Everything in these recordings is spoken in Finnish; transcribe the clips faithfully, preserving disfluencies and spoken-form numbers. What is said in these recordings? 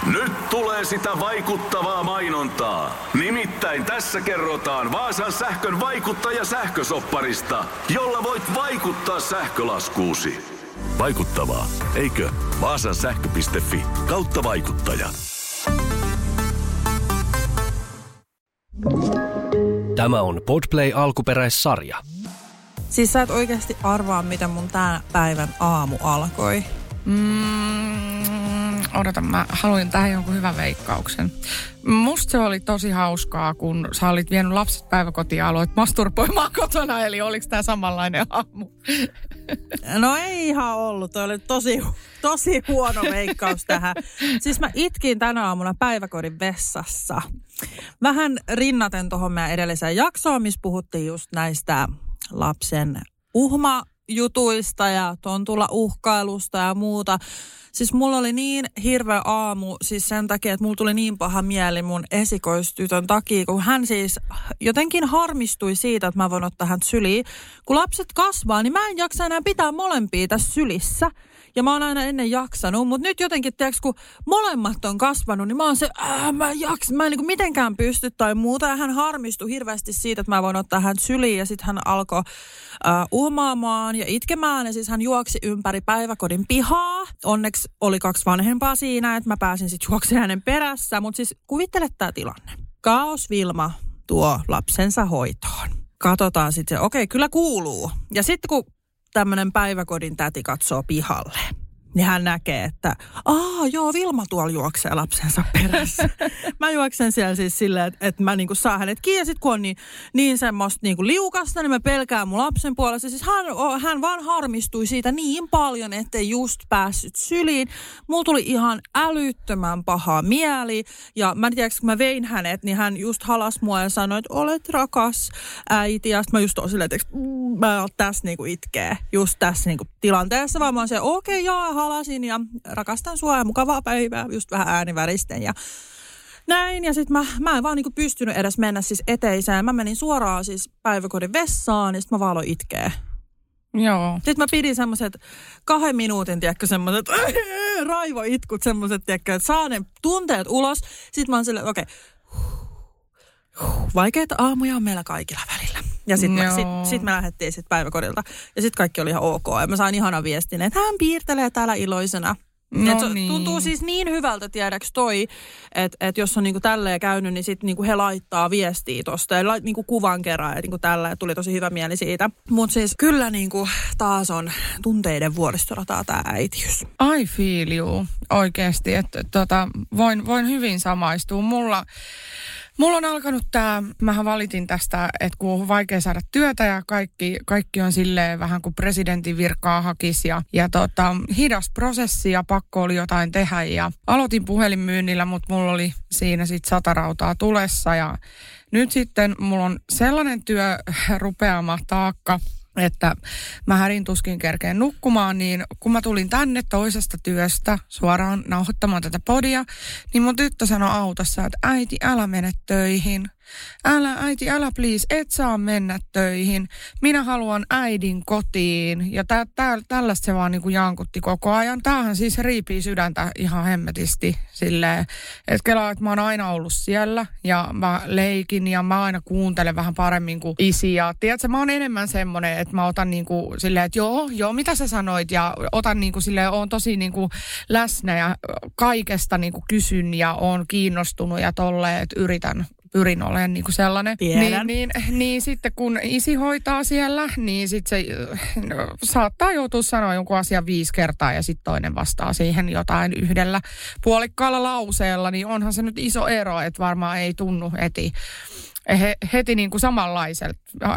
Nyt tulee sitä vaikuttavaa mainontaa. Nimittäin tässä kerrotaan Vaasan sähkön vaikuttaja sähkösopparista, jolla voit vaikuttaa sähkölaskuusi. Vaikuttavaa, eikö? Vaasan sähkö piste fi kautta vaikuttaja. Tämä on Podplay alkuperäissarja. Siis sä et oikeasti arvaa, miten mun tämän päivän aamu alkoi. Mm, odota, mä haluin tähän jonkun hyvän veikkauksen. Musta se oli tosi hauskaa, kun sä olit vienyt lapset päiväkotiin ja aloit masturboimaan kotona, eli oliko tää samanlainen aamu? No ei ihan ollut, toi oli tosi, tosi huono veikkaus tähän. Siis mä itkin tänä aamuna päiväkodin vessassa. Vähän rinnaten tuohon meidän edelliseen jaksoon, missä puhuttiin just näistä lapsen uhmajutuista ja tontulla uhkailusta ja muuta. Siis mulla oli niin hirveä aamu siis sen takia, että mulla tuli niin paha mieli mun esikoistytön takia, kun hän siis jotenkin harmistui siitä, että mä voin ottaa hän syliin. Kun lapset kasvaa, niin mä en jaksa enää pitää molempia tässä sylissä. Ja mä oon aina ennen jaksanut, mutta nyt jotenkin, tiiäks, kun molemmat on kasvanut, niin mä oon se, ää, mä en jaksa, mä en niin mitenkään pysty tai muuta. Ja hän harmistui hirveästi siitä, että mä voin ottaa hän syliin. Ja sitten hän alkoi äh, uhmaamaan ja itkemään. Ja siis hän juoksi ympäri päiväkodin pihaa. Onneksi oli kaksi vanhempaa siinä, että mä pääsin sitten juoksemaan hänen perässä. Mutta siis kuvittele tää tilanne. Kaos Vilma tuo lapsensa hoitoon. Katsotaan sitten se, okei, kyllä kuuluu. Ja sitten kun tämmöinen päiväkodin täti katsoo pihalle, niin hän näkee, että aa joo, Vilma tuolla juoksee lapsensa perässä. Mä juoksen siellä siis silleen, että, että mä niinku saan hänet kiinni. Ja sit kun on niin, niin semmoista niinku liukasta, niin mä pelkään mun lapsen puolesta. Siis hän, hän vaan harmistui siitä niin paljon, ettei just päässyt syliin. Mulla tuli ihan älyttömän paha mieli. Ja mä en tiedä, kun mä vein hänet, niin hän just halas mua ja sanoi, että olet rakas äiti. Ja sit mä just oon silleen, että mä oon tässä niinku itkee. Just tässä niinku tilanteessa. Vaan mä oon se, okei okay, joo, halasin ja rakastan sua ja mukavaa päivää, just vähän ääniväristen ja näin. Ja sitten mä, mä en vaan niinku pystynyt edes mennä siis eteiseen. Mä menin suoraan siis päiväkodin vessaan ja sitten mä vaan aloin itkeä. Joo. Sitten mä pidin semmoiset kahden minuutin, tiedätkö, semmoiset raivoitkut, semmoiset, tiedätkö, että saa ne tunteet ulos. Sitten mä oon silleen, okei, okay. Vaikeita aamuja on meillä kaikilla välillä. Ja sitten me, sit, sit me lähdettiin sit päiväkodilta. Ja sitten kaikki oli ihan ok. Ja mä sain ihanan viestin, että hän piirtelee täällä iloisena. No se niin. Tuntuu siis niin hyvältä, tiedäks toi, että et jos on niinku tälleen käynyt, niin sitten niinku he laittaa viestiä tosta. Ja lait, niinku kuvan kerran, että niinku tällä, ja tuli tosi hyvä mieli siitä. Mutta siis kyllä niinku taas on tunteiden vuoristorataa tää äitiys. I feel you. Oikeesti, että tota, voin, voin hyvin samaistua. Mulla... Mulla on alkanut tää, mähän valitin tästä, että kun on vaikea saada työtä ja kaikki, kaikki on silleen vähän kuin presidentin virkaa hakisi ja, ja tota, hidas prosessi ja pakko oli jotain tehdä ja aloitin puhelinmyynnillä, mutta mulla oli siinä sitten sata rautaa tulessa ja nyt sitten mulla on sellainen työ rupeama taakka, että mä härin tuskin kerkeen nukkumaan, niin kun mä tulin tänne toisesta työstä suoraan nauhoittamaan tätä podia, niin mun tyttö sanoi autossa, että äiti, älä mene töihin. Älä äiti, älä please, et saa mennä töihin. Minä haluan äidin kotiin. Ja tä, tä, tällaista se vaan niin kuin jankutti koko ajan. Tämähän siis riipii sydäntä ihan hemmetisti silleen, että kelaa, että mä oon aina ollut siellä ja mä leikin ja mä aina kuuntelen vähän paremmin kuin isi. Ja tiedätkö, mä oon enemmän semmoinen, että mä otan niin kuin silleen, että joo, joo, mitä sä sanoit ja otan niin kuin silleen, oon tosi niin kuin läsnä ja kaikesta niin kuin kysyn ja oon kiinnostunut ja tolleen, että yritän pyrin olemaan niin kuin sellainen. Niin, niin, niin sitten kun isi hoitaa siellä, niin sitten se no, saattaa joutua sanoa jonkun asian viisi kertaa ja sitten toinen vastaa siihen jotain yhdellä puolikkaalla lauseella, niin onhan se nyt iso ero, että varmaan ei tunnu heti. He, heti niin kuin samanlaiselta.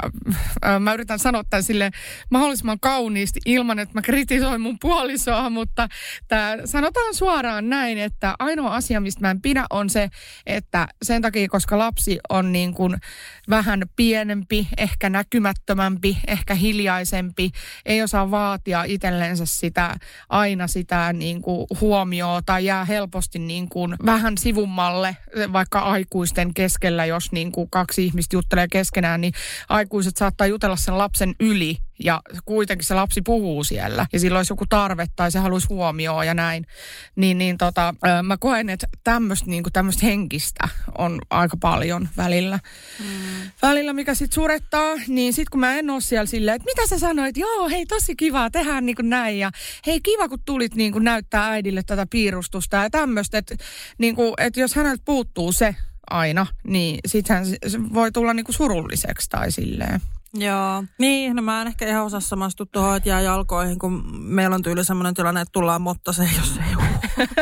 Mä yritän sanoa tämän silleen mahdollisimman kauniisti ilman, että mä kritisoin mun puolisoa, mutta tää, sanotaan suoraan näin, että ainoa asia, mistä mä en pidä, on se, että sen takia, koska lapsi on niin kuin vähän pienempi, ehkä näkymättömämpi, ehkä hiljaisempi, ei osaa vaatia itsellensä sitä, aina sitä niin kuin huomioon tai jää helposti niin kuin vähän sivummalle, vaikka aikuisten keskellä, jos niin kuin kaksi ihmistä juttelee keskenään, niin aikuiset saattaa jutella sen lapsen yli ja kuitenkin se lapsi puhuu siellä ja sillä olisi joku tarve tai se haluaisi huomioon ja näin, niin, niin tota, mä koen, että tämmöistä niin tämmöistä henkistä on aika paljon välillä. Mm. Välillä, mikä sitten surettaa, niin sitten kun mä en ole siellä silleen, että mitä sä sanoit, joo hei tosi kiva, tehdään niin kuin näin ja hei kiva kun tulit niin kuin näyttää äidille tätä piirustusta ja tämmöistä, että niin kuin, että jos häneltä puuttuu se aina, niin sittenhän se voi tulla niin kuin surulliseksi tai silleen. Joo, niin, no mä en ehkä ihan osaa samastua tuohon, että jää jalkoihin, kun meillä on tyyli semmoinen tilanne, että tullaan mottaseen, jos ei ole.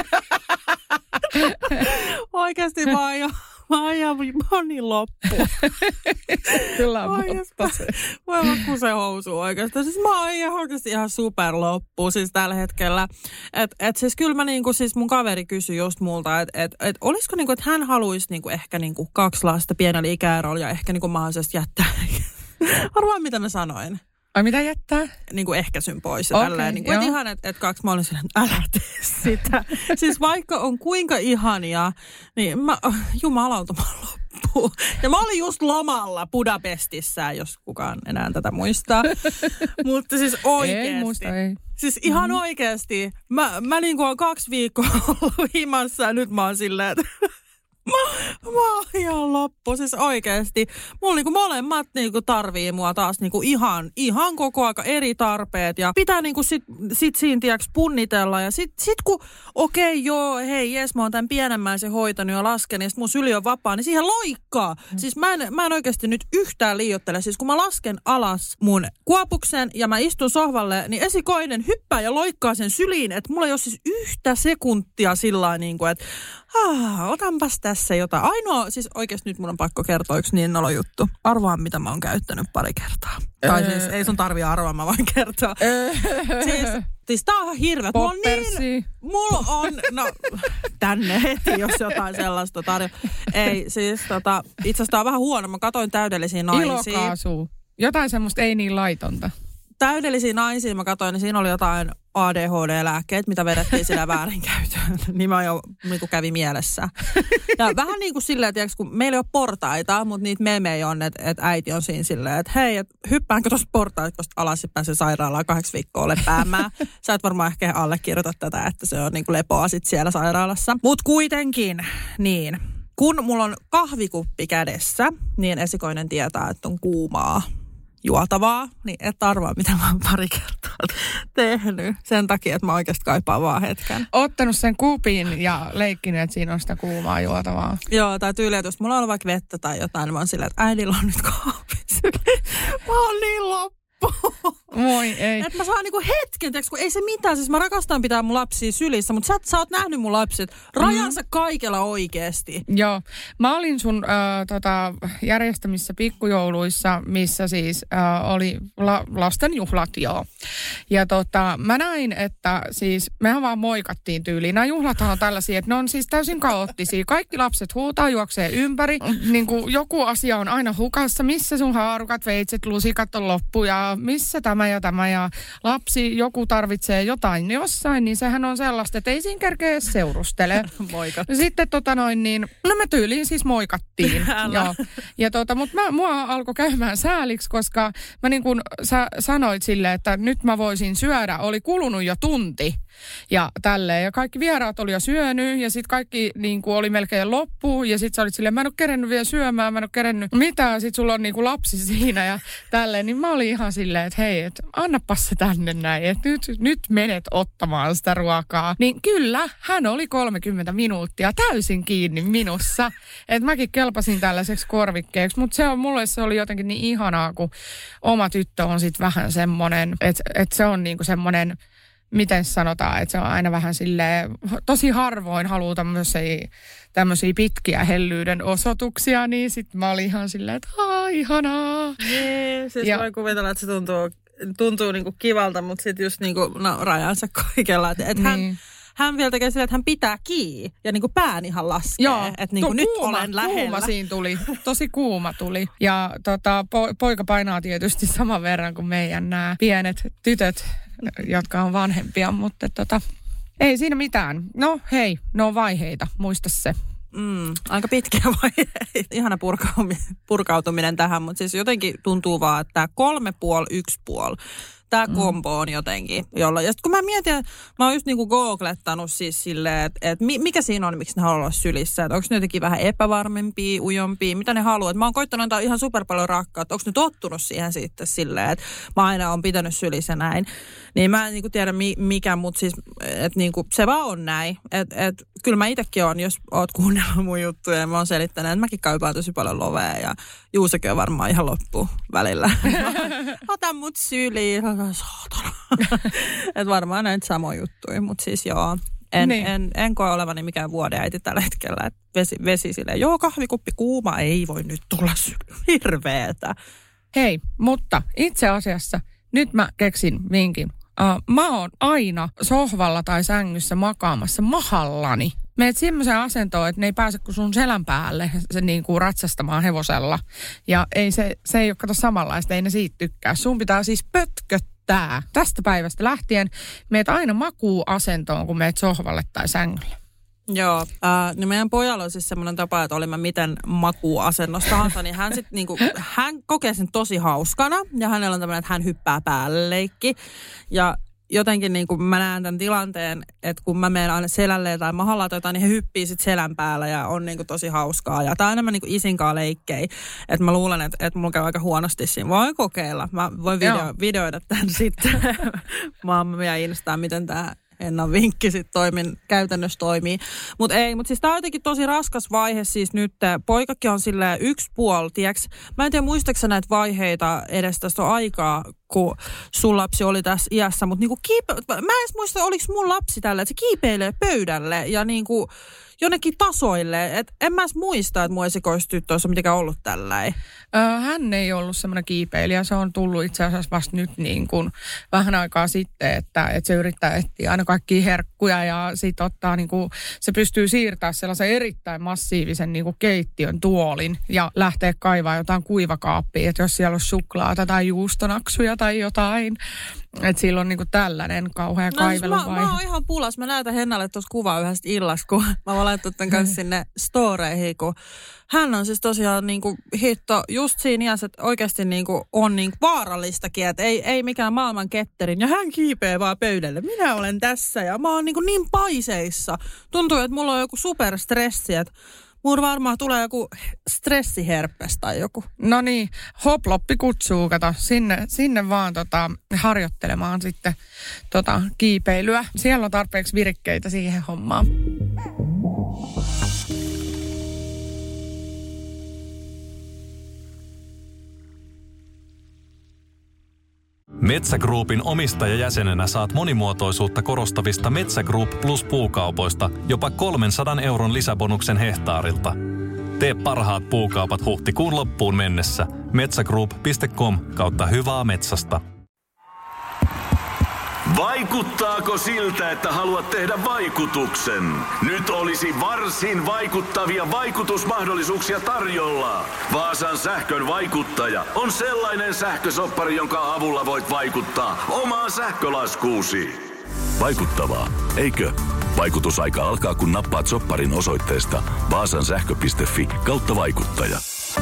Oikeasti mä oon jo, mä oon ihan, mä oon niin loppu. Tullaan mottaseen. Mä oon kusen housu oikeasti. Siis mä oon ihan oikeasti ihan super loppu siis tällä hetkellä. Että et siis kyllä mä niinku, siis mun kaveri kysyi just multa, että et, et olisiko niinku, että hän haluaisi niinku ehkä niinku kaksi lasta pienellä ikäerolla ja ehkä niinku mahdollisesti jättää. Arvaa, mitä mä sanoin. Ai mitä jättää? Niin kuin ehkäisyn pois ja okay, tälleen. Niin kuin, että ihan, että et kaksi mä olin silleen, älä tee sitä. Siis vaikka on kuinka ihania, niin mä, jumalauta mä loppuun. Ja mä olin just lomalla Budapestissa, jos kukaan enää tätä muistaa. Mutta siis oikeasti. Ei muista, ei. Siis ihan mm-hmm. oikeasti. Mä, mä niin kuin olen kaksi viikkoa ollut himassa ja nyt mä oon silleen, että Mä, mä oon ihan loppu, siis oikeesti. Mulla niinku molemmat niinku tarvii mua taas niinku ihan, ihan koko aika eri tarpeet. Ja pitää niinku sit, sit siinä tiiäks punnitella. Ja sit, sit kun okei okay, joo, hei jes, mä oon tän pienemmän hoitanut ja lasken. Ja sit mun syli on vapaa, niin siihen loikkaa. Mm. Siis mä en, mä en oikeesti nyt yhtään liioittele. Siis kun mä lasken alas mun kuopuksen ja mä istun sohvalle, niin esikoinen hyppää ja loikkaa sen syliin. Että mulla ei ole siis yhtä sekuntia sillä niinku, että ah, otanpas tässä jotain. Ainoa, siis oikeasti nyt mun on pakko kertoa yksi niin nolo juttu. Arvaa, mitä mä oon käyttänyt pari kertaa. Öö. Tai siis ei sun tarvii arvaa, mä voin kertoa. Öö. Siis, siis tää on ihan hirveä. Mulla on niin, mulla on, no tänne heti, jos jotain sellaista tarjoaa. Ei, siis tota, itse asiassa tää on vähän huono. Mä katsoin Täydellisiä naisia. Ilokaasu. Jotain semmoista ei niin laitonta. Täydellisiä naisia mä katsoin, niin siinä oli jotain A D H D-lääkkeet, mitä vedettiin sillä väärinkäytöön. Niin mä jo niin kuin kävi mielessä. Ja vähän niin kuin silleen, tiiäks, kun meillä ei ole portaita, mutta niitä memejä on, että, että äiti on siinä silleen, että hei, että hyppäänkö tuosta portaikosta alas ja pääsen sairaalaan kahdeksi viikkoa lepäämään. Sä et varmaan ehkä allekirjoita tätä, että se on niin kuin lepoa sit siellä sairaalassa. Mutta kuitenkin, niin. Kun mulla on kahvikuppi kädessä, niin esikoinen tietää, että on kuumaa juotavaa, niin et arvaa, mitä mä oon pari kertaa tehnyt. Sen takia, että mä oikeasti kaipaan vaan hetken. Ottanut sen kupin ja leikkinyt, että siinä on sitä kuumaa juotavaa. Joo, tai tyyliä, että jos mulla on vaikka vettä tai jotain, niin mä oon silleen, että äidillä on nyt kahvi. Mä oon niin loppu. Moi, ei. Että mä saan niinku hetken, tiiäks, kun ei se mitään. Siis mä rakastan pitää mun lapsia sylissä, mutta sä, sä oot nähnyt mun lapset rajansa mm. kaikella oikeesti. Joo. Mä olin sun äh, tota, järjestämissä pikkujouluissa, missä siis äh, oli la, lastenjuhlat, joo. Ja tota, mä näin, että siis mehän vaan moikattiin tyyliin. Nämä juhlathan on tällaisia, että ne on siis täysin kaoottisia. Kaikki lapset huutaa, juoksee ympäri. Niin kuin joku asia on aina hukassa. Missä sun haarukat, veitset, lusikat on loppu ja missä tämä ja tämä ja lapsi, joku tarvitsee jotain jossain, niin sehän on sellaista, että ei siinä kerkeä seurustele. Moikat. Sitten tota noin niin, no me tyyliin siis moikattiin. Joo. Ja tota, mutta mä, mua alkoi käymään sääliksi, koska mä niin kuin sä sanoit silleen, että nyt mä voisin syödä, oli kulunut jo tunti. Ja tälleen. Ja kaikki vieraat oli jo syönyt ja sitten kaikki niin kuin oli melkein loppu. Ja sitten sä olit silleen, mä en ole kerennyt vielä syömään, mä en ole kerennyt mitään. Sitten sulla on niin kuin lapsi siinä ja tälleen. Niin mä olin ihan silleen, että hei, että annapas se tänne näin. Että nyt, nyt menet ottamaan sitä ruokaa. Niin kyllä, hän oli kolmekymmentä minuuttia täysin kiinni minussa. Että mäkin kelpasin tällaiseksi korvikkeeksi. Mutta se on, mulle se oli jotenkin niin ihanaa, kun oma tyttö on sitten vähän semmoinen, että, että se on niin kuin semmoinen, miten sanotaan, että se on aina vähän silleen, tosi harvoin haluaa tämmöisiä, tämmöisiä pitkiä hellyyden osoituksia, niin sitten mä olin ihan silleen, että haa, ihanaa. Jee, siis ja voi kuvitella, että se tuntuu, tuntuu niinku kivalta, mutta sitten just niinku, no rajansa kaikella. Että et niin. hän, hän vielä tekee silleen, että hän pitää kiinni ja niinku pään ihan laskee. Joo, että niinku nyt kuuma, olen lähellä. Kuuma siinä tuli, tosi kuuma tuli. Ja tota, po, poika painaa tietysti saman verran kuin meidän nämä pienet tytöt, jotka on vanhempia, mutta tota, ei siinä mitään. No hei, ne on vaiheita, muista se. Mm, aika pitkä vaihe. Ihana purkautuminen tähän, mutta siis jotenkin tuntuu vaan, että kolme puoli, yksi puoli. Tämä kombo on jotenkin, jolla... Ja sitten kun mä mietin, mä oon just niinku googlettanut siis silleen, että et mikä siinä on, miksi ne haluaa olla sylissä. Että onko ne jotenkin vähän epävarmempia, ujompia, mitä ne haluaa. Et mä oon koittanut antaa ihan super paljon rakkautta. Onko ne tottunut siihen sitten silleen, että mä aina oon pitänyt sylissä näin. Niin mä en niinku tiedä mikä, mutta siis, että niinku, se vaan on näin. Että et, kyllä mä itsekin oon, jos oot kuunnellut mun juttuja ja mä oon selittänyt, että mäkin kaipaan tosi paljon lovea ja Juusekin on varmaan ihan loppu välillä. Ota mut syliin. Saatana. Että varmaan näitä samoja juttuja, mutta siis joo. En, niin. en, en koe olevani mikään vuodeäiti tällä hetkellä. Et vesi, vesi silleen, joo kahvikuppi kuuma, ei voi nyt tulla hirveetä. Hei, mutta itse asiassa nyt mä keksin vinkin. Uh, mä oon aina sohvalla tai sängyssä makaamassa mahallani. Meet semmoiseen asentoon, että ne ei pääse kuin sun selän päälle se niin kuin ratsastamaan hevosella. Ja ei se, se ei ole kato samanlaista, ei ne siitä tykkää. Sun pitää siis pötköttää tästä päivästä lähtien. Meet aina makuuasentoon, kun meet sohvalle tai sängylle. Joo, äh, niin meidän pojalla on siis semmoinen tapa, että olimme miten makuuasennossa tahansa, niin hän sitten niinku, hän kokee sen tosi hauskana ja hänellä on tämmöinen, että hän hyppää päälle leikki. Ja jotenkin niin kuin mä näen tämän tilanteen, että kun mä menen aina selälleen tai mahalla tai jotain, niin he hyppii sitten selän päällä ja on niin kuin tosi hauskaa. Ja tää on enemmän niin kuin isinkaan leikkejä. Että mä luulen, että, että mulla käy aika huonosti siinä. Voin kokeilla. Mä voin video, videoida tämän sitten. Mä ja Instaan, miten tää Hennan vinkki sitten toimin, käytännössä toimii. Mutta ei, mutta siis tää on jotenkin tosi raskas vaihe siis nyt. Poikakin on silleen yksi puoli, tiiäks. Mä en tiedä muistaaksä näitä vaiheita edes tästä on aikaa, kun sun lapsi oli tässä iässä, mutta niinku kiipe... mä en edes muista, oliko mun lapsi tällä, että se kiipeilee pöydälle ja niinku jonnekin tasoille. Et en mä edes muista, että mun esikoistyttö olisi mitenkään ollut tälläin. Öö, hän ei ollut semmoinen kiipeilijä. Se on tullut itse asiassa vasta nyt niin kuin vähän aikaa sitten, että, että se yrittää etsiä aina kaikkia herkkuja ja sitten ottaa niin kuin, se pystyy siirtämään sellaisen erittäin massiivisen niin kuin keittiön tuolin ja lähtee kaivaa jotain kuivakaappia, että jos siellä on suklaata tai juustonaksuja tai jotain. Että sillä on niinku tällainen kauhea no, kaiveluvaihe. Mä, mä oon ihan pulas. Mä näytän Hennalle tuossa kuvaa yhdestä illasta, kun mä oon laittanut tämän kanssa sinne storeihin, kun hän on siis tosiaan niinku hitto just siinä iässä, että oikeasti niinku on niinku vaarallistakin, että ei, ei mikään maailman ketterin. Ja hän kiipee vaan pöydälle. Minä olen tässä ja mä oon niinku niin paiseissa. Tuntuu, että mulla on joku superstressi, että mulla varmaan tulee joku stressiherpes tai joku. No niin, Hoploppi kutsuu, kato, sinne, sinne vaan tota, harjoittelemaan sitten tota, kiipeilyä. Siellä on tarpeeksi virkkeitä siihen hommaan. Metsä Groupin omistajajäsenenä saat monimuotoisuutta korostavista Metsä Group Plus puukaupoista jopa kolmensadan euron lisäbonuksen hehtaarilta. Tee parhaat puukaupat huhtikuun loppuun mennessä. metsägroup piste com kautta hyvää metsästä. Vaikuttaako siltä, että haluat tehdä vaikutuksen? Nyt olisi varsin vaikuttavia vaikutusmahdollisuuksia tarjolla. Vaasan sähkön vaikuttaja on sellainen sähkösoppari, jonka avulla voit vaikuttaa omaan sähkölaskuusi. Vaikuttavaa, eikö? Vaikutusaika alkaa, kun nappaat sopparin osoitteesta vaasansähkö piste fi kautta vaikuttaja.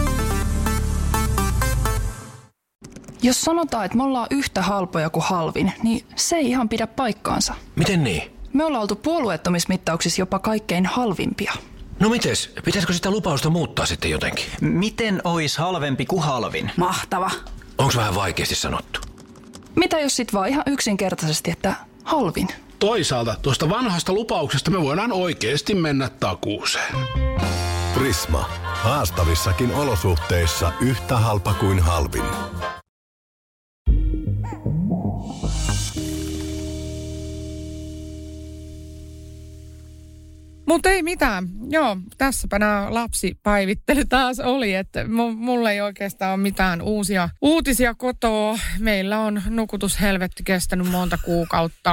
Jos sanotaan, että me ollaan yhtä halpoja kuin halvin, niin se ei ihan pidä paikkaansa. Miten niin? Me ollaan oltu puolueettomismittauksissa jopa kaikkein halvimpia. No mites? Pitäisikö sitä lupausta muuttaa sitten jotenkin? Miten ois halvempi kuin halvin? Mahtava. Onks vähän vaikeasti sanottu? Mitä jos sit vaan ihan yksinkertaisesti, että halvin? Toisaalta tuosta vanhasta lupauksesta me voidaan oikeasti mennä takuuseen. Prisma. Haastavissakin olosuhteissa yhtä halpa kuin halvin. Mutta ei mitään. Joo, tässäpä nämä lapsipäivittely taas oli, että mulla ei oikeastaan ole mitään uusia uutisia kotoa. Meillä on nukutushelvetti kestänyt monta kuukautta.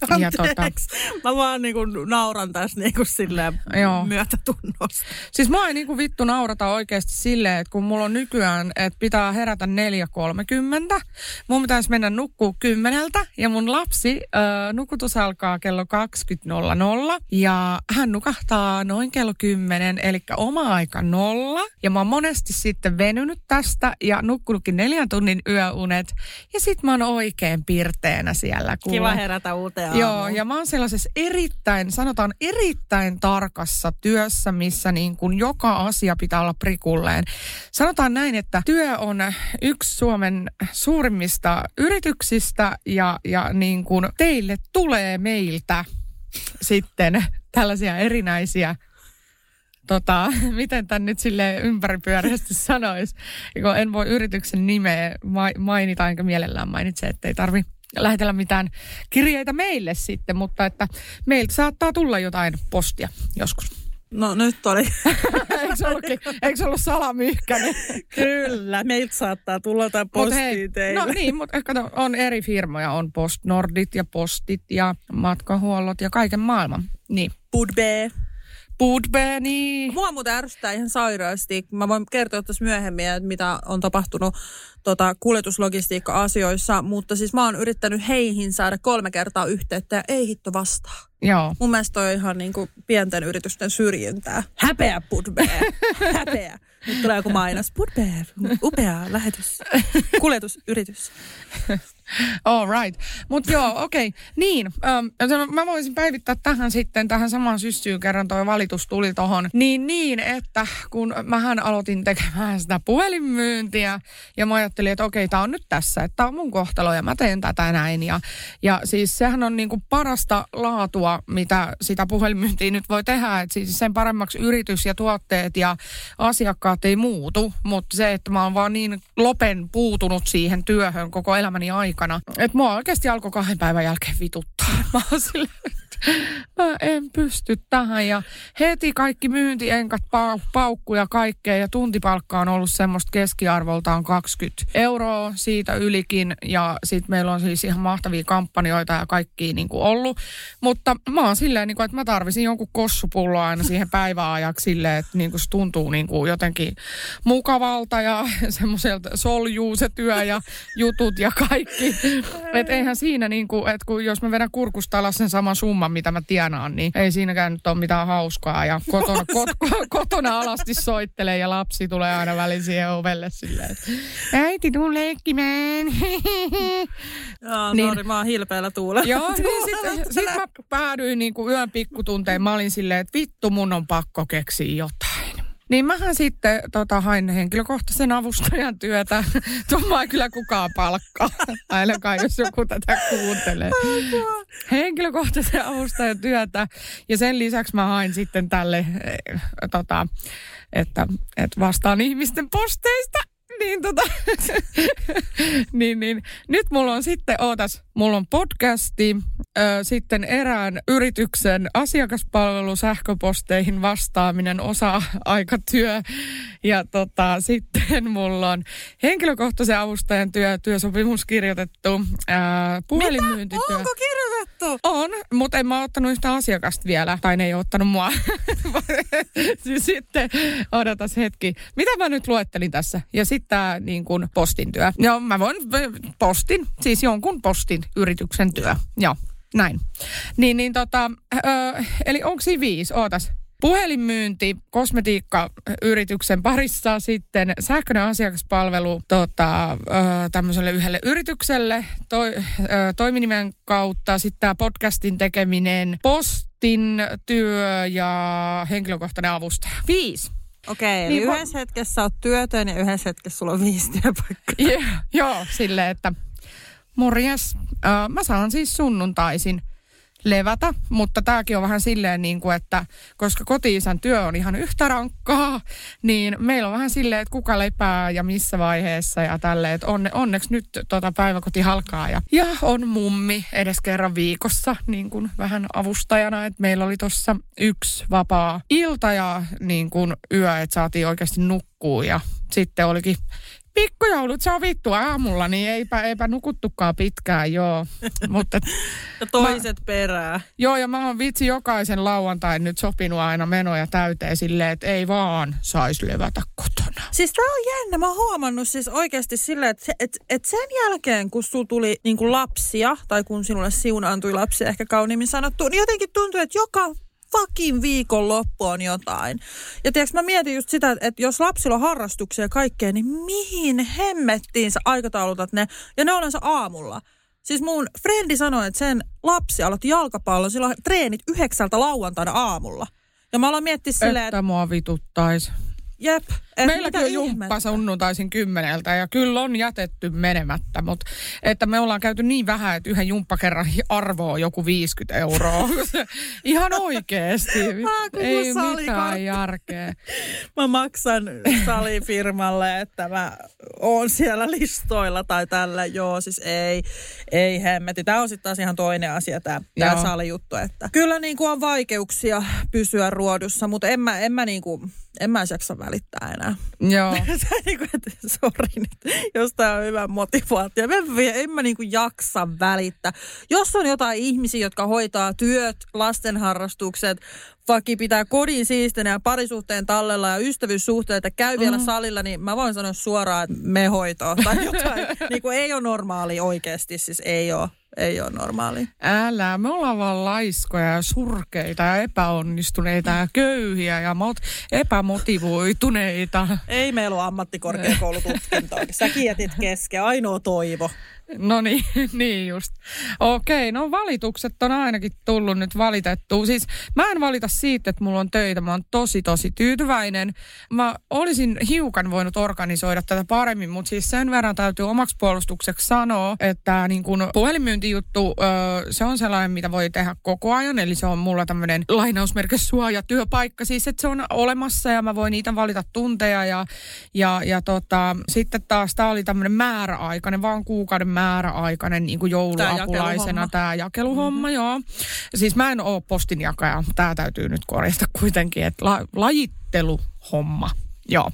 Ja tota, mä vaan niinku nauran tässä niinku silleen myötätunnosta. Siis mä en niinku vittu naurata oikeasti silleen, että kun mulla on nykyään, että pitää herätä neljä kolmekymmentä, mun pitäisi mennä nukkuu kymmeneltä ja mun lapsi äh, nukutus alkaa kello kaksikymmentä nolla nolla ja hän nukahtaa noin kello kymmenen, eli oma aika nolla. Ja mä oon monesti sitten venynyt tästä ja nukkunutkin neljän tunnin yöunet ja sit mä oon oikein pirteänä siellä. Kuule. Kiva herätä uuteen aamuun. Joo, ja mä oon sellaisessa erittäin, sanotaan erittäin tarkassa työssä, missä niin kuin joka asia pitää olla prikulleen. Sanotaan näin, että työ on yksi Suomen suurimmista yrityksistä ja, ja niin kuin teille tulee meiltä sitten tällaisia erinäisiä, tota, miten tämän nyt silleen ympäripyöreästi sanoisi, kun en voi yrityksen nimeä mainita, enkä mielellään mainitse, että ei tarvi lähetellä mitään kirjeitä meille sitten, mutta että meiltä saattaa tulla jotain postia joskus. No nyt oli. eikö, se ollutkin, eikö se ollut salamyhkäinen? Kyllä, meiltä saattaa tulla jotain postia teille. No niin, mutta kato, on eri firmoja, on Postnordit ja Postit ja matkahuollot ja kaiken maailman. Niin. Budbee. Budbee, niin. Mua muuten ärsyttää ihan sairaasti. Mä voin kertoa tässä myöhemmin, että mitä on tapahtunut tota, kuljetuslogistiikka-asioissa, mutta siis mä oon yrittänyt heihin saada kolme kertaa yhteyttä ja ei hitto vastaa. Joo. Mun mielestä toi on ihan niin kuin pienten yritysten syrjintää. Häpeä, Budbee. Häpeä. Nyt tulee joku mainos. Budbee, upea lähetys. Kuljetusyritys. All right. Mutta joo, okei. Okay. Niin, ähm, mä voisin päivittää tähän sitten, tähän samaan syssyyn kerran toi valitus tuli tohon. Niin niin, että kun mähän aloitin tekemään sitä puhelinmyyntiä ja mä ajattelin, että okei, tää on nyt tässä, että tää on mun kohtalo ja mä teen tätä näin. Ja, ja siis sehän on niinku parasta laatua, mitä sitä puhelinmyyntiä nyt voi tehdä. Että siis sen paremmaksi yritys ja tuotteet ja asiakkaat ei muutu, mutta se, että mä oon vaan niin lopen puutunut siihen työhön koko elämäni aikana, että mua oikeasti alkoi kahden päivän jälkeen vituttaa. Mä oon silleen, mä en pysty tähän ja heti kaikki myyntienkät, paukku ja kaikkea ja tuntipalkka on ollut semmoista keskiarvoltaan kaksikymmentä euroa siitä ylikin ja sit meillä on siis ihan mahtavia kampanjoita ja kaikkia niin kuin ollut, mutta mä oon silleen, niin kuin, että mä tarvisin jonkun kossupulloa aina siihen päiväajaksi silleen, että niin kuin se tuntuu niin kuin jotenkin mukavalta ja semmoiselta soljuu se työ ja jutut ja kaikki. Että eihän siinä niin kuin, että kun jos mä vedän kurkusta alas sen saman summan, mitä mä tienaan, niin ei siinäkään nyt ole mitään hauskaa. Ja kotona, kot, kotona alasti soittelee ja lapsi tulee aina väliin siihen ovelle silleen, että äiti, tuu leikkimään. Joo, niin, sori, mä oon hilpeällä tuulella. Joo, niin sitten sit mä päädyin niinku yön pikkutunteen. Mä olin silleen, että vittu, mun on pakko keksiä jotain. Niin mähän sitten tota, hain henkilökohtaisen avustajan työtä. Tuolla ei kyllä kukaan palkkaa, ainakaan jos joku tätä kuuntelee. Henkilökohtaisen avustajan työtä. Ja sen lisäksi mä hain sitten tälle, äh, tota, että, että vastaan ihmisten posteista. Niin tota, niin, niin. Nyt mulla on sitten, ootas, mulla on podcasti, ö, sitten erään yrityksen asiakaspalvelu sähköposteihin vastaaminen, osa-aikatyö ja tota, sitten mulla on henkilökohtaisen avustajan työ, työsopimus kirjoitettu, ää, puhelinmyyntityö. Mitä? Onko kirjoitettu? On, mutta en mä ottanut yhtä asiakasta vielä, tai ne ei ottanut mua. Sitten, odotas hetki. Mitä mä nyt luettelin tässä? Ja sitten tämä niin kuin postin työ. Joo, mä voin postin, siis jonkun postin yrityksen työ. Joo, näin. Niin, niin tota, ö, eli onko siinä viisi? Ootas. Puhelinmyynti, kosmetiikkayrityksen parissa, sitten sähköinen asiakaspalvelu tota, ö, tämmöiselle yhdelle yritykselle to, ö, toiminimen kautta, sitten tämä podcastin tekeminen, postin työ ja henkilökohtainen avustaja. Viisi. Okei, eli niin yhdessä va- hetkessä olet työtön ja yhdessä hetkessä sulla on viisi työpaikkaa. Yeah, joo, silleen, että morjes. Äh, mä saan siis sunnuntaisin levätä, mutta tämäkin on vähän silleen niin kuin, että koska koti-isän työ on ihan yhtä rankkaa, niin meillä on vähän silleen, että kuka lepää ja missä vaiheessa ja tälleen, että onne, onneksi nyt tota päiväkoti halkaa ja, ja on mummi edes kerran viikossa niin kuin vähän avustajana, että meillä oli tuossa yksi vapaa ilta ja niin kuin yö, että saatiin oikeasti nukkua ja sitten olikin pikkujoulut sovittu aamulla, niin eipä, eipä nukuttukaan pitkään, joo. Mutta ja toiset mä, perää. Joo, ja mä oon vitsi jokaisen lauantain nyt sopinut aina menoja täyteen silleen, että ei vaan saisi levätä kotona. Siis tää on jännä. Mä oon huomannut siis oikeasti silleen, että et, et sen jälkeen, kun sulla tuli niinku lapsia, tai kun sinulle siunaantui lapsia ehkä kauniimmin sanottu, niin jotenkin tuntuu, että joka fucking viikonloppu on jotain. Ja tiedätkö, mä mietin just sitä, että jos lapsilla on harrastuksia ja kaikkea, niin mihin hemmettiin sä aikataulutat ne? Ja ne on yleensä aamulla. Siis mun frendi sanoi, että sen lapsi aloitti jalkapallon, sillä on treenit yhdeksältä lauantaina aamulla. Ja mä aloin miettiä silleen, että... Että mua vituttais. Jep. Meilläkin on jumppa sunnuntaisin kymmeneltä ja kyllä on jätetty menemättä, mutta että me ollaan käyty niin vähän, että yhden jumppakerran arvo on joku viisikymmentä euroa. Ihan oikeesti. Ei mitään järkeä. Mä maksan salifirmalle, että mä oon siellä listoilla tai tällä. Joo, siis ei, ei hemmeti. Tää on sitten taas ihan toinen asia, tää, tää salijuttu. Että kyllä niin kuin on vaikeuksia pysyä ruodussa, mutta en mä, en mä niin kuin... En mä jaksa välittää enää. Joo. niinku, sori nyt, jos tää on hyvä motivaatio. En, en mä niinku jaksa välittää. Jos on jotain ihmisiä, jotka hoitaa työt, lastenharrastukset, vaikka pitää kodin siistinä ja parisuhteen tallella ja ystävyyssuhteita, käy vielä mm. salilla, niin mä voin sanoa suoraan, että me hoitoa tai jotain. Niinku ei ole normaali oikeasti, siis ei ole. Ei ole normaali. Älä, me ollaan vaan laiskoja ja surkeita ja epäonnistuneita ja köyhiä ja mot- epämotivoituneita. Ei meillä ole ammattikorkeakoulututkintoa. Säkin jätit kesken, ainoa toivo. No niin, niin just. Okei, no valitukset on ainakin tullut nyt valitettua. Siis mä en valita siitä, että mulla on töitä. Mä oon tosi, tosi tyytyväinen. Mä olisin hiukan voinut organisoida tätä paremmin, mutta siis sen verran täytyy omaksi puolustukseksi sanoa, että niin kun puhelinmyyntijuttu, se on sellainen, mitä voi tehdä koko ajan. Eli se on mulla tämmöinen lainausmerkissä suojatyöpaikka. Siis, että se on olemassa ja mä voin niitä valita tunteja. Ja, ja, ja tota, sitten taas tää oli tämmöinen määräaikainen, vaan kuukauden määräaikainen niin kuin jouluapulaisena tämä jakeluhomma, mm-hmm. joo. Siis mä en ole postinjakaja, tämä täytyy nyt korjata kuitenkin, että la, lajitteluhomma, joo.